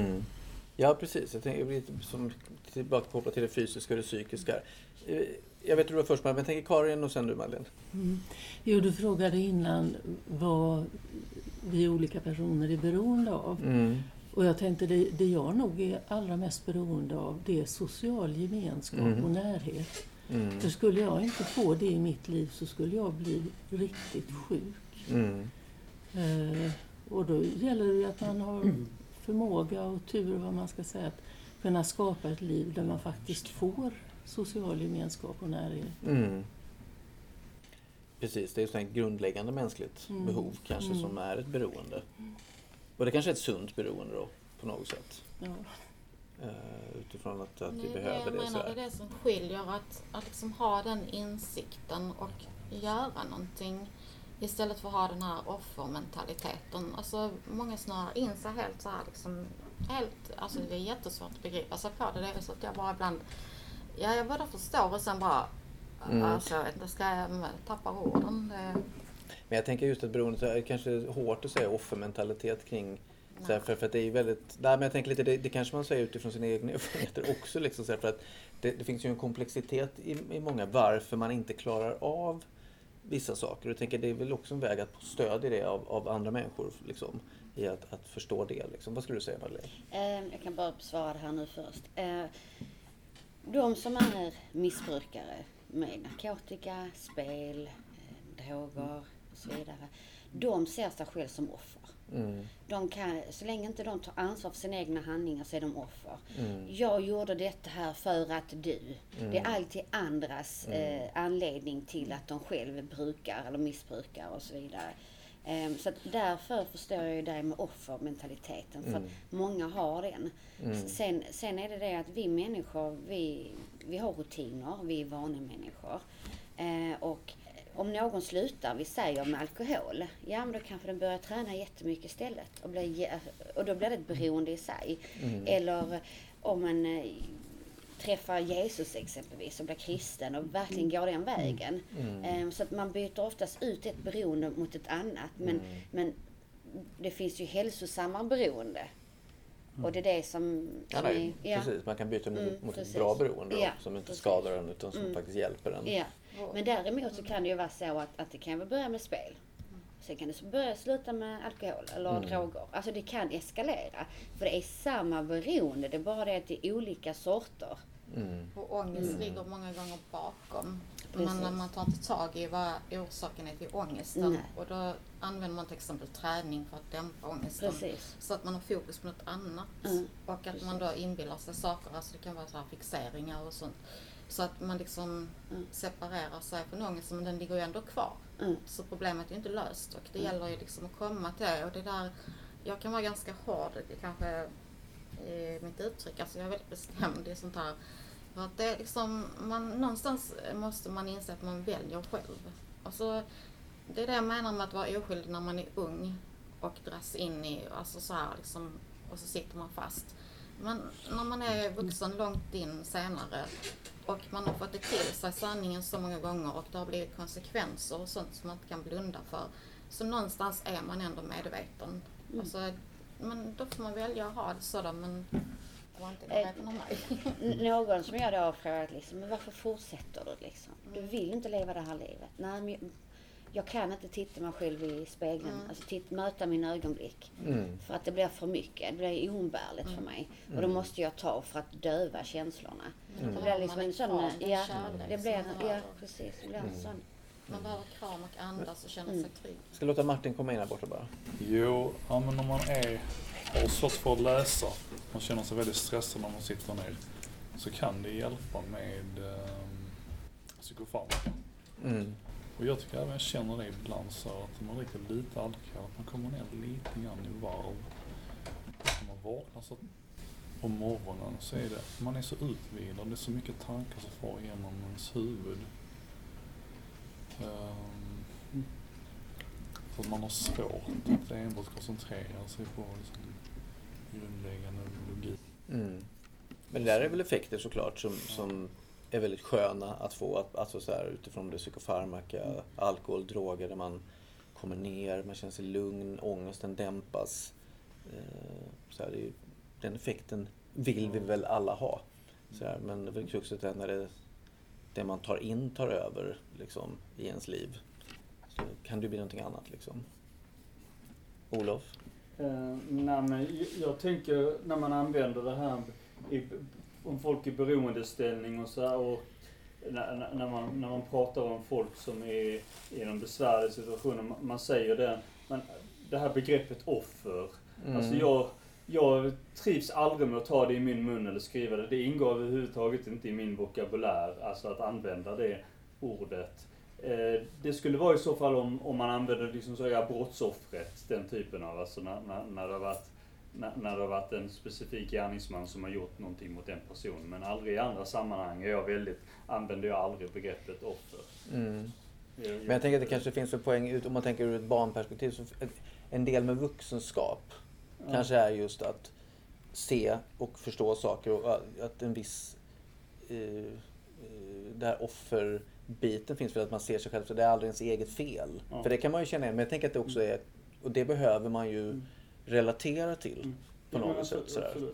Ja, precis. Jag tänker lite som tillbaka kopplat till det fysiska och det psykiska. Jag vet att du var först, men jag tänker Karin och sen du, Madeleine. Jo, du frågade innan vad vi olika personer är beroende av. Och jag tänkte det jag nog är allra mest beroende av, det är social gemenskap och närhet. För skulle jag inte få det i mitt liv så skulle jag bli riktigt sjuk. Och då gäller det att man har förmåga och tur, vad man ska säga, att kunna skapa ett liv där man faktiskt får social gemenskap och närhet. Precis, det är ett grundläggande mänskligt behov kanske som är ett beroende. Och det kanske är ett sunt beroende då, på något sätt. Ja. Utifrån att vi behöver det. Jag menar, det är det som skiljer, att liksom ha den insikten och göra någonting istället för att ha den här offermentaliteten. Alltså många snarare in sig helt så här liksom, alltså det är jättesvårt att begripa sig på det. Det är så att jag bara ibland, jag bara förstår och sen bara, alltså jag vet inte, ska jag tappa orden. Men jag tänker just att beroende är kanske hårt att säga offermentalitet kring. Så för att det är ju väldigt, men jag tänker lite, det kanske man säger utifrån sina egna erfarenheter också liksom, så för att det finns ju en komplexitet i många varför man inte klarar av vissa saker. Och jag tänker det är väl också en väg att få stöd i det av andra människor liksom, i att förstå det liksom. Vad skulle du säga, Madeleine? Jag kan bara besvara det här nu först. De som är missbrukare med narkotika, spel, droger, och så vidare. De ser sig själv som offer. De kan, så länge inte de tar ansvar för sina egna handlingar så är de offer. Jag gjorde detta här för att du. Det är alltid andras anledning till att de själva brukar eller missbrukar och så vidare. Så att därför förstår jag ju det med offermentaliteten. För att många har den. Sen är det att vi människor, vi har rutiner, vi är vanemänniskor. Och om någon slutar, vi säger med alkohol, ja men då kanske den börjar träna jättemycket istället. Och då blir det ett beroende i sig. Eller om man träffar Jesus exempelvis och blir kristen och verkligen går den vägen. Så att man byter oftast ut ett beroende mot ett annat. Men det finns ju hälsosamma beroende. Och det är det som precis. Man kan byta mot ett bra beroende som inte skadar en utan som faktiskt hjälper en. Ja. Men däremot så kan det ju vara så att det kan börja med spel. Sen kan det börja sluta med alkohol eller droger. Alltså det kan eskalera. För det är samma beroende, det är bara det att det är olika sorter. Och ångest ligger många gånger bakom. Men man tar inte tag i vad orsaken är till ångesten. Nej. Och då använder man till exempel träning för att dämpa ångesten. Precis. Så att man har fokus på något annat. Och att man då inbillar sig saker. Alltså det kan vara så här fixeringar och sånt. Så att man liksom separerar sig från ångesten, men den ligger ju ändå kvar. Så problemet är ju inte löst. Och det gäller ju liksom att komma till det. Och det där, jag kan vara ganska hård, det kanske mitt uttryck. Alltså jag är väldigt bestämd i sånt här. För att det är liksom, någonstans måste man inse att man väljer själv. Alltså, det är det jag menar med att vara oskyldig när man är ung och dras in i, alltså så här liksom, och så sitter man fast. Men när man är vuxen långt in senare och man har fått det till sig sanningen så många gånger och det har blivit konsekvenser och sånt som man inte kan blunda för. Så någonstans är man ändå medveten. Alltså, men då får man välja att ha det sådär, men det var inte medveten om mig. Någon som jag då har frågat liksom, men varför fortsätter du liksom? Du vill inte leva det här livet. Nej, men jag kan inte titta mig själv i spegeln, alltså möta min ögonblick. För att det blir för mycket, det blir oumbärligt för mig. Och då måste jag ta för att döva känslorna. Det blir liksom en sån, det blir precis, det blir en sån. Man behöver kram och andas och känna sig trygg. Ska låta Martin komma in här borta bara. Jo, ja, men om man har svårt för att läsa, man känner sig väldigt stressad när man sitter ner, så kan det hjälpa med psykofarmaka. Och jag tycker även jag känner det ibland så att man dricker lite alkohol, att man kommer ner lite grann i varv. När man vaknar så på morgonen så är det, man är så utvilad, det är så mycket tankar som far igenom ens huvud. Så att man har svårt att enbart koncentrera sig på liksom grundläggande logik. Men det där är väl effekter såklart som är väldigt sköna att få, alltså så här, utifrån det psykofarmaka, alkohol, droger, där man kommer ner, man känner sig lugn, ångesten dämpas. Så här, den effekten vill vi väl alla ha. Så här, men det är väl kruxet när det man tar in tar över liksom, i ens liv. Så kan det bli någonting annat liksom. Olof? Nej, men jag tänker när man använder det här om folk i beroendeställning och så här, och när man pratar om folk som är i en besvärlig situation, man säger det här begreppet offer. Alltså jag trivs aldrig med att ta det i min mun eller skriva det. Det ingår överhuvudtaget inte i min vokabulär, alltså att använda det ordet. Det skulle vara i så fall om man använder liksom brottsoffret, den typen av, alltså när det har varit en specifik gärningsman som har gjort någonting mot en person, men aldrig i andra sammanhang använder jag aldrig begreppet offer. Men jag tänker att det kanske finns en poäng om man tänker ur ett barnperspektiv, så en del med vuxenskap kanske är just att se och förstå saker, och att en viss där offerbiten finns för att man ser sig själv, så det är aldrig ens eget fel. För det kan man ju känna igen, men jag tänker att det också är, och det behöver man ju relatera till på något sätt.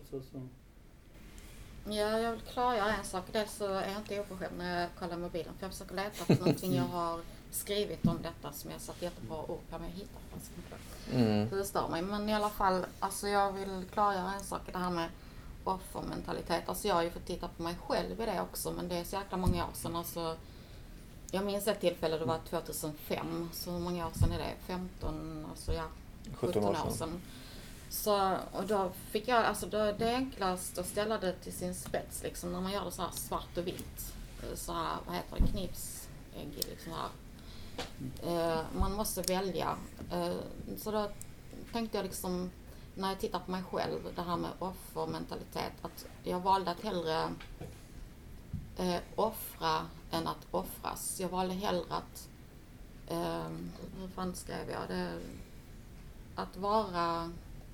Ja, jag vill klargöra en sak. Dels så är jag inte oförskämd när jag kollar mobilen, för jag försöker leta efter någonting jag har skrivit om detta som jag satt jättebra ord på, men jag hittar faktiskt inte. Det stör mig. Men i alla fall, alltså jag vill klargöra en sak, det här med offermentalitet. Alltså jag har ju fått titta på mig själv i det också, men det är så jäkla många år sedan. Alltså, Jag minns ett tillfälle, det var 2005, så hur många år sedan är det? 15, alltså 17 år sedan. Så, och då fick jag, alltså det är enklast att ställa det till sin spets liksom, när man gör det så här svart och vitt. Så här, vad heter det, knivsägg liksom här. Man måste välja. Så då tänkte jag liksom, när jag tittar på mig själv, det här med offermentalitet, att jag valde att hellre offra än att offras. Jag valde hellre att, hur fan skrev jag det? Att vara,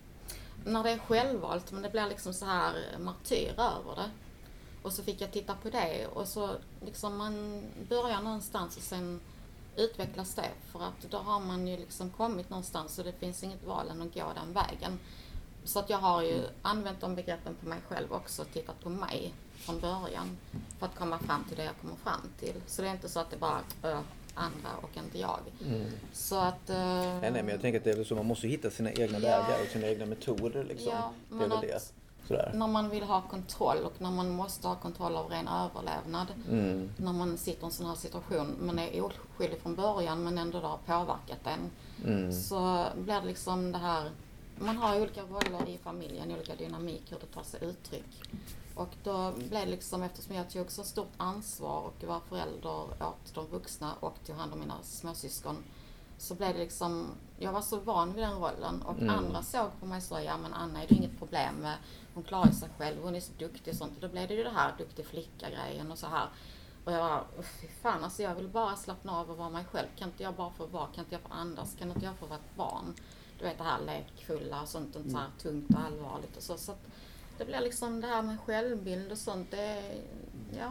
när det är självvalt, men det blir liksom så här martyr över det. Och så fick jag titta på det och så liksom man börjar någonstans och sen utvecklas det, för att då har man ju liksom kommit någonstans och det finns inget val än att gå den vägen. Så att jag har ju använt de begreppen på mig själv också, tittat på mig från början för att komma fram till det jag kommer fram till. Så det är inte så att det bara andra och inte jag. Så att... Nej, men jag tänker att det är väl så, man måste hitta sina egna vägar och sina egna metoder liksom. Ja, det är väl det. Sådär. När man vill ha kontroll och när man måste ha kontroll av ren överlevnad. När man sitter i en sån här situation, man är oskyldig från början men ändå har påverkat en. Så blir det liksom det här, man har olika roller i familjen, olika dynamik, hur det tar sig uttryck. Och då blev det liksom, eftersom jag tog så stort ansvar och var förälder åt de vuxna och tog hand om mina småsyskon, så blev det liksom, jag var så van vid den rollen och andra såg på mig så, ja men Anna är det inget problem med, hon klarar sig själv, hon är så duktig och sånt. Och då blev det ju det här duktig flicka-grejen och så här. Och jag var, fy fan, alltså jag vill bara slappna av och vara mig själv. Kan inte jag bara få vara, kan inte jag få andas, kan inte jag få vara ett barn? Du vet det här lekfulla och sånt, och så här tungt och allvarligt och så. Så att det blir liksom det här med självbild och sånt, det, ja.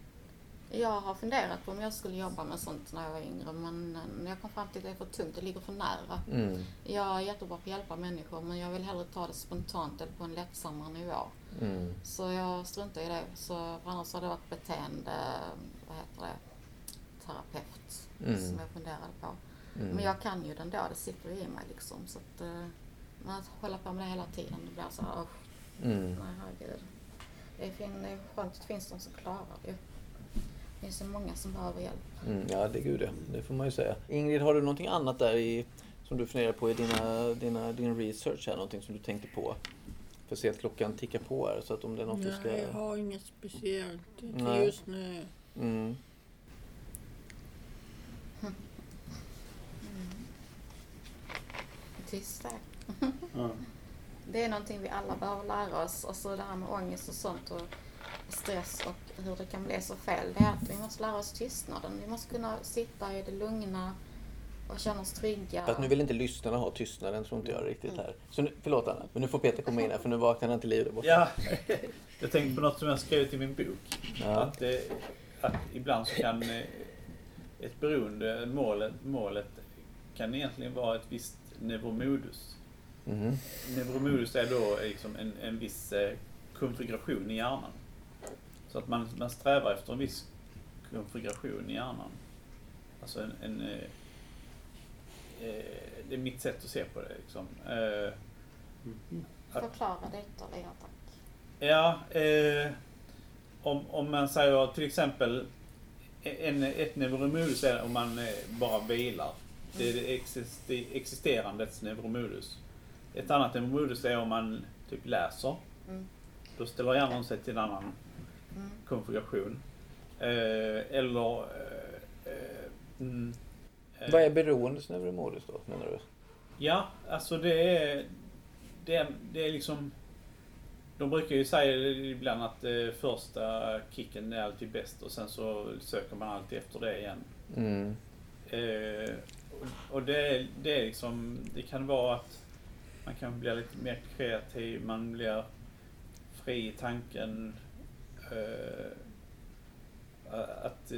Jag har funderat på om jag skulle jobba med sånt när jag var yngre, men jag kom fram till att det är för tungt, det ligger för nära. Jag är jättebra på att hjälpa människor, men jag vill hellre ta det spontant eller på en lättsammare nivå. Så jag struntar i det. Så för annars har det varit beteende, vad heter det, terapeut som jag funderade på. Men jag kan ju den då, det sitter i mig liksom. Så att man håller på med det hela tiden, det blir så här, nej herregud. Det är skönt att det finns de som klarar det. Det finns så många som behöver hjälp. Ja, det är gud det får man ju säga. Ingrid, har du någonting annat där som du funderar på i din research här? Någonting som du tänkte på? För att se att klockan tickar på här, så att om det är något du ska... Nej, jag har inget speciellt till just nu. Tyst där. Det är någonting vi alla behöver lära oss. Alltså det här med ångest och sånt och stress och hur det kan bli så fel. Det är att vi måste lära oss tystnaden. Vi måste kunna sitta i det lugna och känna oss trygga. För att nu vill inte lyssnarna ha tystnaden, tror inte jag riktigt här. Så nu, förlåt Anna, men nu får Peter komma in här för nu vaknar han till liv där borta. Ja, jag tänkte på något som jag skrev i min bok. Ja. Att ibland så kan ett beroende, målet kan egentligen vara ett visst neuromodus. Neuromodus är då liksom en viss konfiguration i hjärnan. Så att man strävar efter en viss konfiguration i hjärnan. Alltså det är mitt sätt att se på det. Liksom. Förklara det ytterligare, tack. Ja, om man säger till exempel ett neuromodus är om man bara vilar. Det är det existerandets neuromodus. Ett annat neuromodus är om man typ läser. Då ställer hjärnan sig till en annan konfiguration. Vad är beroendes neuromodus då, menar du? Ja, alltså det är liksom... De brukar ju säga ibland att första kicken är alltid bäst och sen så söker man alltid efter det igen. Och det är liksom, det kan vara att man kan bli lite mer kreativ, man blir fri i tanken, att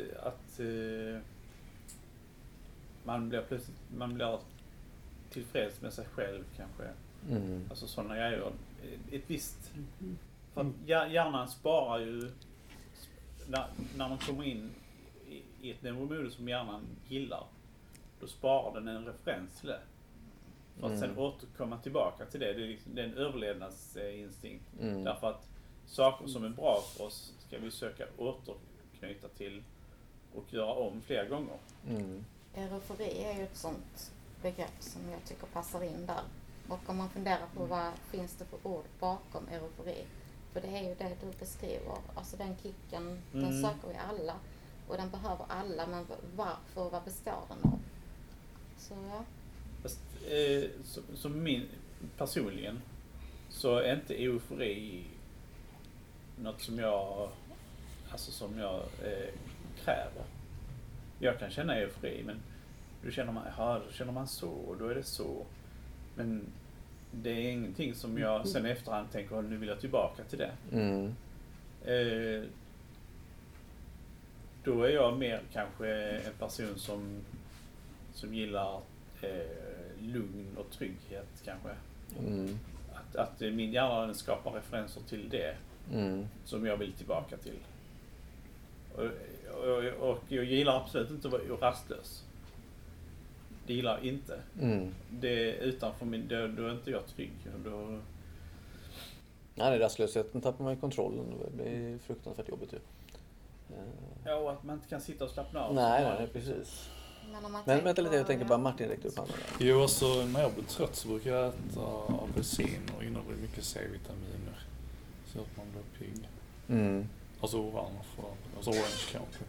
man blir tillfreds med sig själv kanske. Alltså sådana grejer. Ett visst, för hjärnan sparar ju när man kommer in i ett neuromodus som hjärnan gillar, då sparar den en referens till det. För att sen återkomma tillbaka till det. Det är en överlevnadsinstinkt. Därför att saker som är bra för oss ska vi söka återknyta till och göra om fler gånger. Eufori är ju ett sånt begrepp som jag tycker passar in där. Och om man funderar på vad finns det för ord bakom eufori. För det är ju det du beskriver. Alltså den kicken, den söker vi alla. Och den behöver alla, men varför, vad består den av? Så ja. Fast, som min personligen så är inte eufori något som jag kräver. Jag kan känna eufori, men då känner man så, och då är det så. Men det är ingenting som jag sen efterhand tänker, nu vill jag tillbaka till det. Då är jag mer kanske en person som gillar lugn och trygghet kanske. Att min hjärna skapar referenser till det som jag vill tillbaka till. Och jag gillar absolut inte att vara rastlös. Det gillar jag inte. Det är utanför då är inte jag trygg. Nej, rastlösheten tappar man ju kontrollen. Det blir fruktansvärt jobbigt ju. Ja, och att man inte kan sitta och slappna av. Nej, precis. Men vänta lite, jag tänker bara Martin räckte upp handen. Jo, alltså när jag blir trött så brukar jag äta apelsin och innehåller mycket C-vitaminer. Så att man blir pigg. Alltså orange kanske.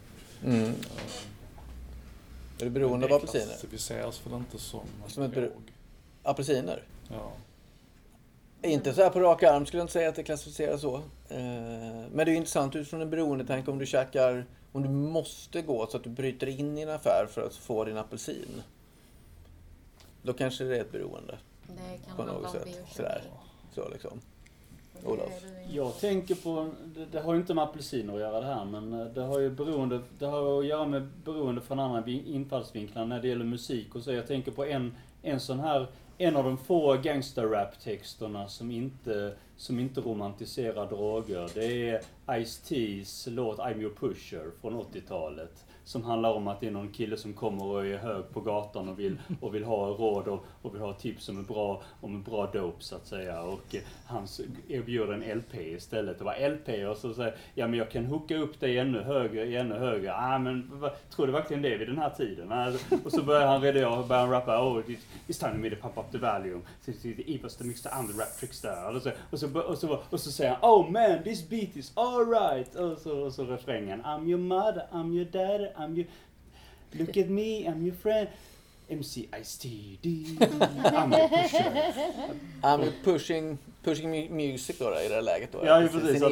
Är du beroende av apelsiner? Det klassificeras väl inte som apelsiner? Ja. Inte så här på rak arm skulle jag inte säga att det klassificeras så. Men det är ju intressant utifrån en beroendetanke om du måste gå så att du bryter in i en affär för att få din apelsin. Då kanske det är ett beroende. Det kan på något sätt. Sådär. Så liksom. Olof. Jag tänker på, det har ju inte med apelsiner att göra det här, men det har att göra med beroende från andra infallsvinklar när det gäller musik och så. Jag tänker på en av de få gangster-rap-texterna som inte romantiserar droger. Det är Ice-T's låt I'm Your Pusher från 80-talet. Som handlar om att det är någon kille som kommer och är hög på gatan och vill ha råd och vill ha tips om en bra dope så att säga. Och han erbjuder en LP istället. Det var LP och så säger ja men jag kan hooka upp dig ännu högre. Men tror du verkligen det vid den här tiden? Och så börjar han rappa. Oh, it's time for me to pump up the volume. Eva's the mixer, I'm the rap trickster. Och så säger han oh man, this beat is alright. Och så refrängen. I'm your mother, I'm your dad, I'm your... Look at me, I'm your friend. MC Ice-T, I'm your pusher. I'm your pushing music då i det här läget då. Ja, precis.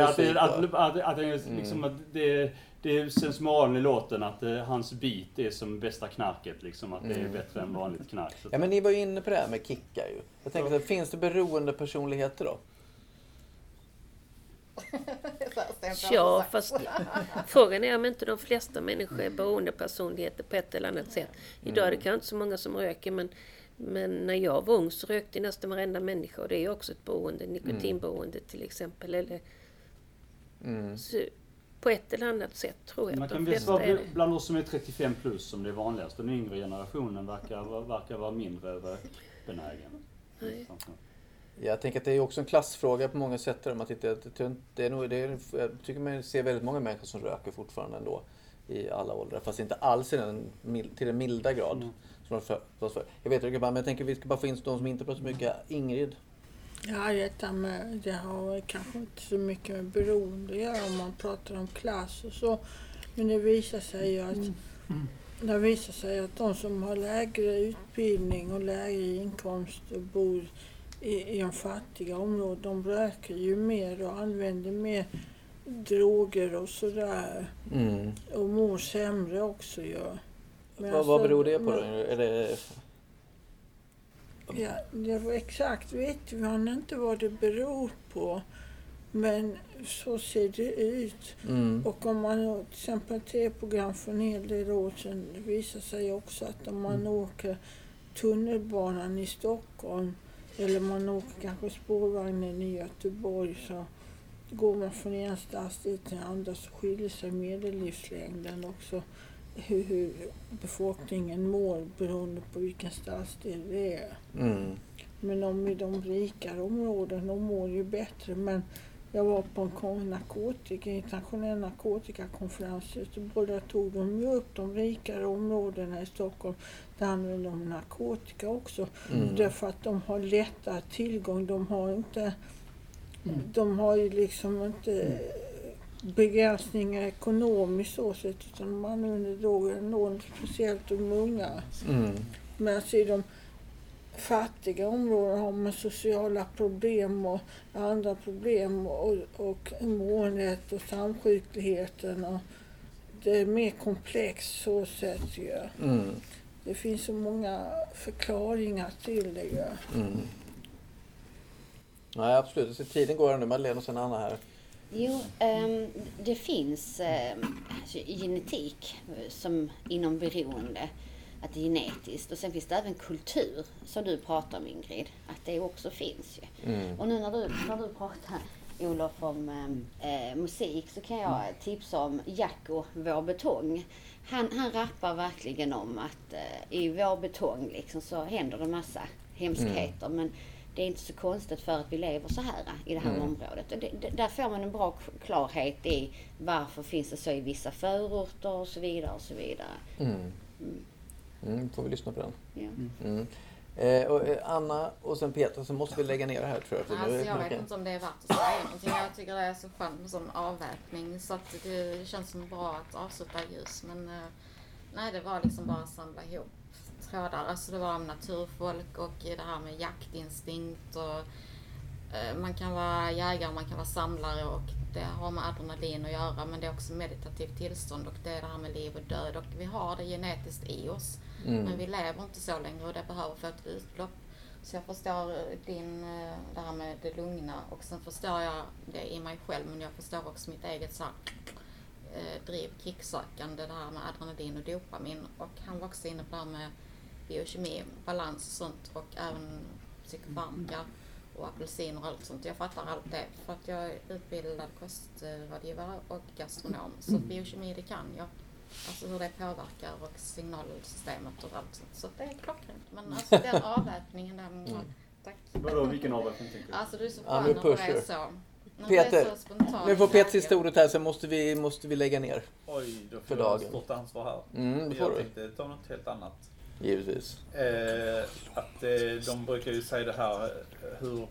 Det är sensmoralen i låten att hans beat är som bästa knarket liksom, att det är bättre än vanligt knark. Ja, men ni var ju inne på det här med kickar ju. Jag tänker så finns det beroende personligheter då? Ja, fast frågan är om inte de flesta människor är beroendepersonligheter på ett eller annat sätt. Idag är det kanske inte så många som röker, men när jag var ung så rökte nästan varenda människa, och det är också ett beroende, nikotinberoende till exempel. Eller, så, på ett eller annat sätt tror jag man att de kan flesta vara är det. Bland oss som är 35 plus som det är vanligast. Den yngre generationen verkar vara mindre benägen. Nej. Jag tänker att det är också en klassfråga på många sätt. Om man tittar, jag tycker man ser väldigt många människor som röker fortfarande ändå i alla åldrar. Fast inte alls till en milda grad. Som jag vet inte, men jag tänker att vi ska bara få in de som inte pratar så mycket. Ingrid? Ja, det har kanske inte så mycket med beroende att göra om man pratar om klass och så. Men det visar sig att de som har lägre utbildning och lägre inkomst och bor i en fattiga områden, de röker ju mer och använder mer droger och sådär. Och mår sämre också ju. Vad beror det på då? Är det... Ja, exakt vet vi inte vad det beror på. Men så ser det ut. Och om man till exempel TV-program för en hel del år sedan, det visar sig också att om man åker tunnelbanan i Stockholm eller man åker kanske spårvagnen i Göteborg, så går man från en stadsdel till andra så skiljer sig medellivslängden också. Hur befolkningen mår beroende på vilken stadsdel det är. Men i de rikare områden, de mår ju bättre. Men Jag var på en internationell narkotikakonferens i Göteborg. Där tog de ju upp de rikare områdena i Stockholm. Där använder de narkotika också. Därför att de har lättare tillgång. De har ju liksom inte begränsningar ekonomiskt så sätt, utan de använder droger enormt, speciellt de unga. Men i de fattiga områden har man sociala problem och andra problem och måendet och samsjukligheten. Och det är mer komplext så sätt ju. Det finns så många förklaringar till det ju. Nej, absolut. Så tiden går nu. Madeleine och sen Anna här. Jo, det finns genetik som inom beroende, att det är genetiskt. Och sen finns det även kultur, som du pratar om Ingrid, att det också finns ju. Och nu när du pratar, Olof, om musik, så kan jag tipsa om Jacko Vår Betong. Han rappar verkligen om att i Vår Betong liksom, så händer det en massa hemskheter, men det är inte så konstigt för att vi lever så här i det här området. Och där får man en bra klarhet i varför finns det så i vissa förorter och så vidare och så vidare. Får vi lyssna på den. Ja. Och Anna och sen Peter, så måste vi lägga ner det här, tror jag. Alltså, jag vet inte om det är värt att säga någonting. Jag tycker det är så skönt med sån avväpning, så att det känns som bra att avsluta ljus. Men nej, det var liksom bara att samla ihop trådar. Alltså det var om naturfolk och det här med jaktinstinkt och man kan vara jägare, man kan vara samlare och det har med adrenalin att göra, men det är också meditativt tillstånd och det är det här med liv och död och vi har det genetiskt i oss, men vi lever inte så längre och det behöver få ett utlopp. Så jag förstår det här med det lugna och sen förstår jag det i mig själv, men jag förstår också mitt eget så här, driv, kicksökande, det här med adrenalin och dopamin, och han var också inne på det här med biokemi, balans och sånt, och även psykofarmaka och apelsiner och allt sånt. Jag fattar allt det för att jag är utbildad kostrådgivare och gastronom, så biokemi det kan jag. Alltså hur det påverkar och signalsystemet och allt sånt. Så det är klockrent. Men alltså den avväpningen där, tack. Vadå, vilken avväpning tänker du? Alltså du är så skön när det är så. Peter, nu får Peter sista ordet här, så måste vi lägga ner. Oj, då för får jag dagen. ett stort ansvar här. Det får jag du. tänkte ta något helt annat. Givetvis. Att de brukar ju säga det här, hur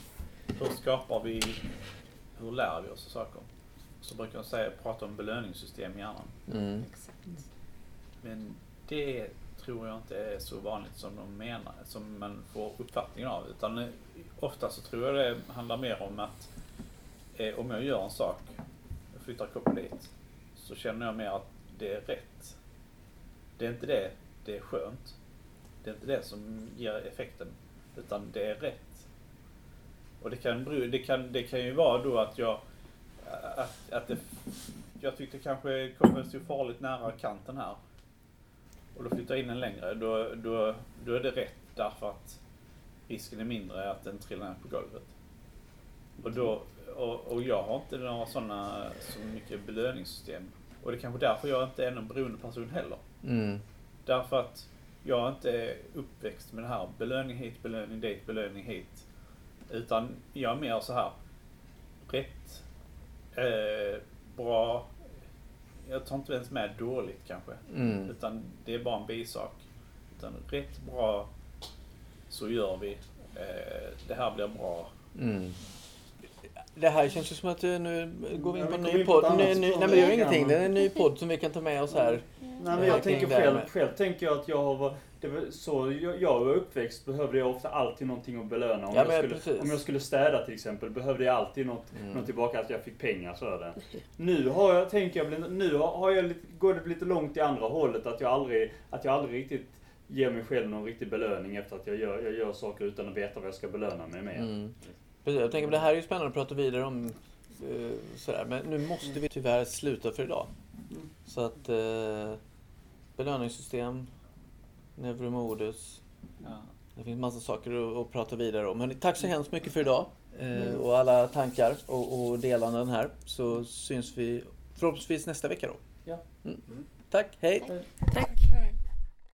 lär vi oss saker? Så brukar de prata om belöningssystem i hjärnan. Exakt. Men det tror jag inte är så vanligt som de menar, som man får uppfattning av. Utan ofta så tror jag det handlar mer om att om jag gör en sak, jag flyttar koppel dit, så känner jag mer att det är rätt. Det är inte det är skönt. Det är inte det som ger effekten, utan det är rätt. Och det kan ju vara då att jag tyckte kanske koppeln stod farligt nära kanten här. Och då flyttar jag in en längre, då är det rätt, därför att risken är mindre att den trillar ner på golvet. Och jag har inte några sådana så mycket belöningssystem. Och det är kanske därför jag inte är någon beroende person heller. Därför att jag inte är uppväxt med det här belöning hit, belöning dit, belöning hit. Utan jag är mer så här rätt, bra. Jag tar inte ens med dåligt kanske. Utan det är bara en bisak. Utan rätt, bra, så gör vi. Det här blir bra. Det här känns ju som att nu går vi in på en ny podd. Nej, men det är ju ingenting. Det är en ny podd som vi kan ta med oss här. Nej, men jag tänker själv tänker jag att jag var uppväxt behövde jag ofta alltid någonting att belöna. Om jag skulle städa till exempel behövde jag alltid något tillbaka, att jag fick pengar sådär. Nu går det lite långt i andra hållet, att jag aldrig riktigt ger mig själv någon riktig belöning efter att jag gör saker utan att veta vad jag ska belöna mig med. Precis, jag tänker att det här är ju spännande att prata vidare om sådär, men nu måste vi tyvärr sluta för idag. Så att belöningssystem, neuromodus, det finns massa saker att prata vidare om. Men tack så hemskt mycket för idag och alla tankar och delanden här, så syns vi förhoppningsvis nästa vecka då. Ja. Tack, hej! Tack.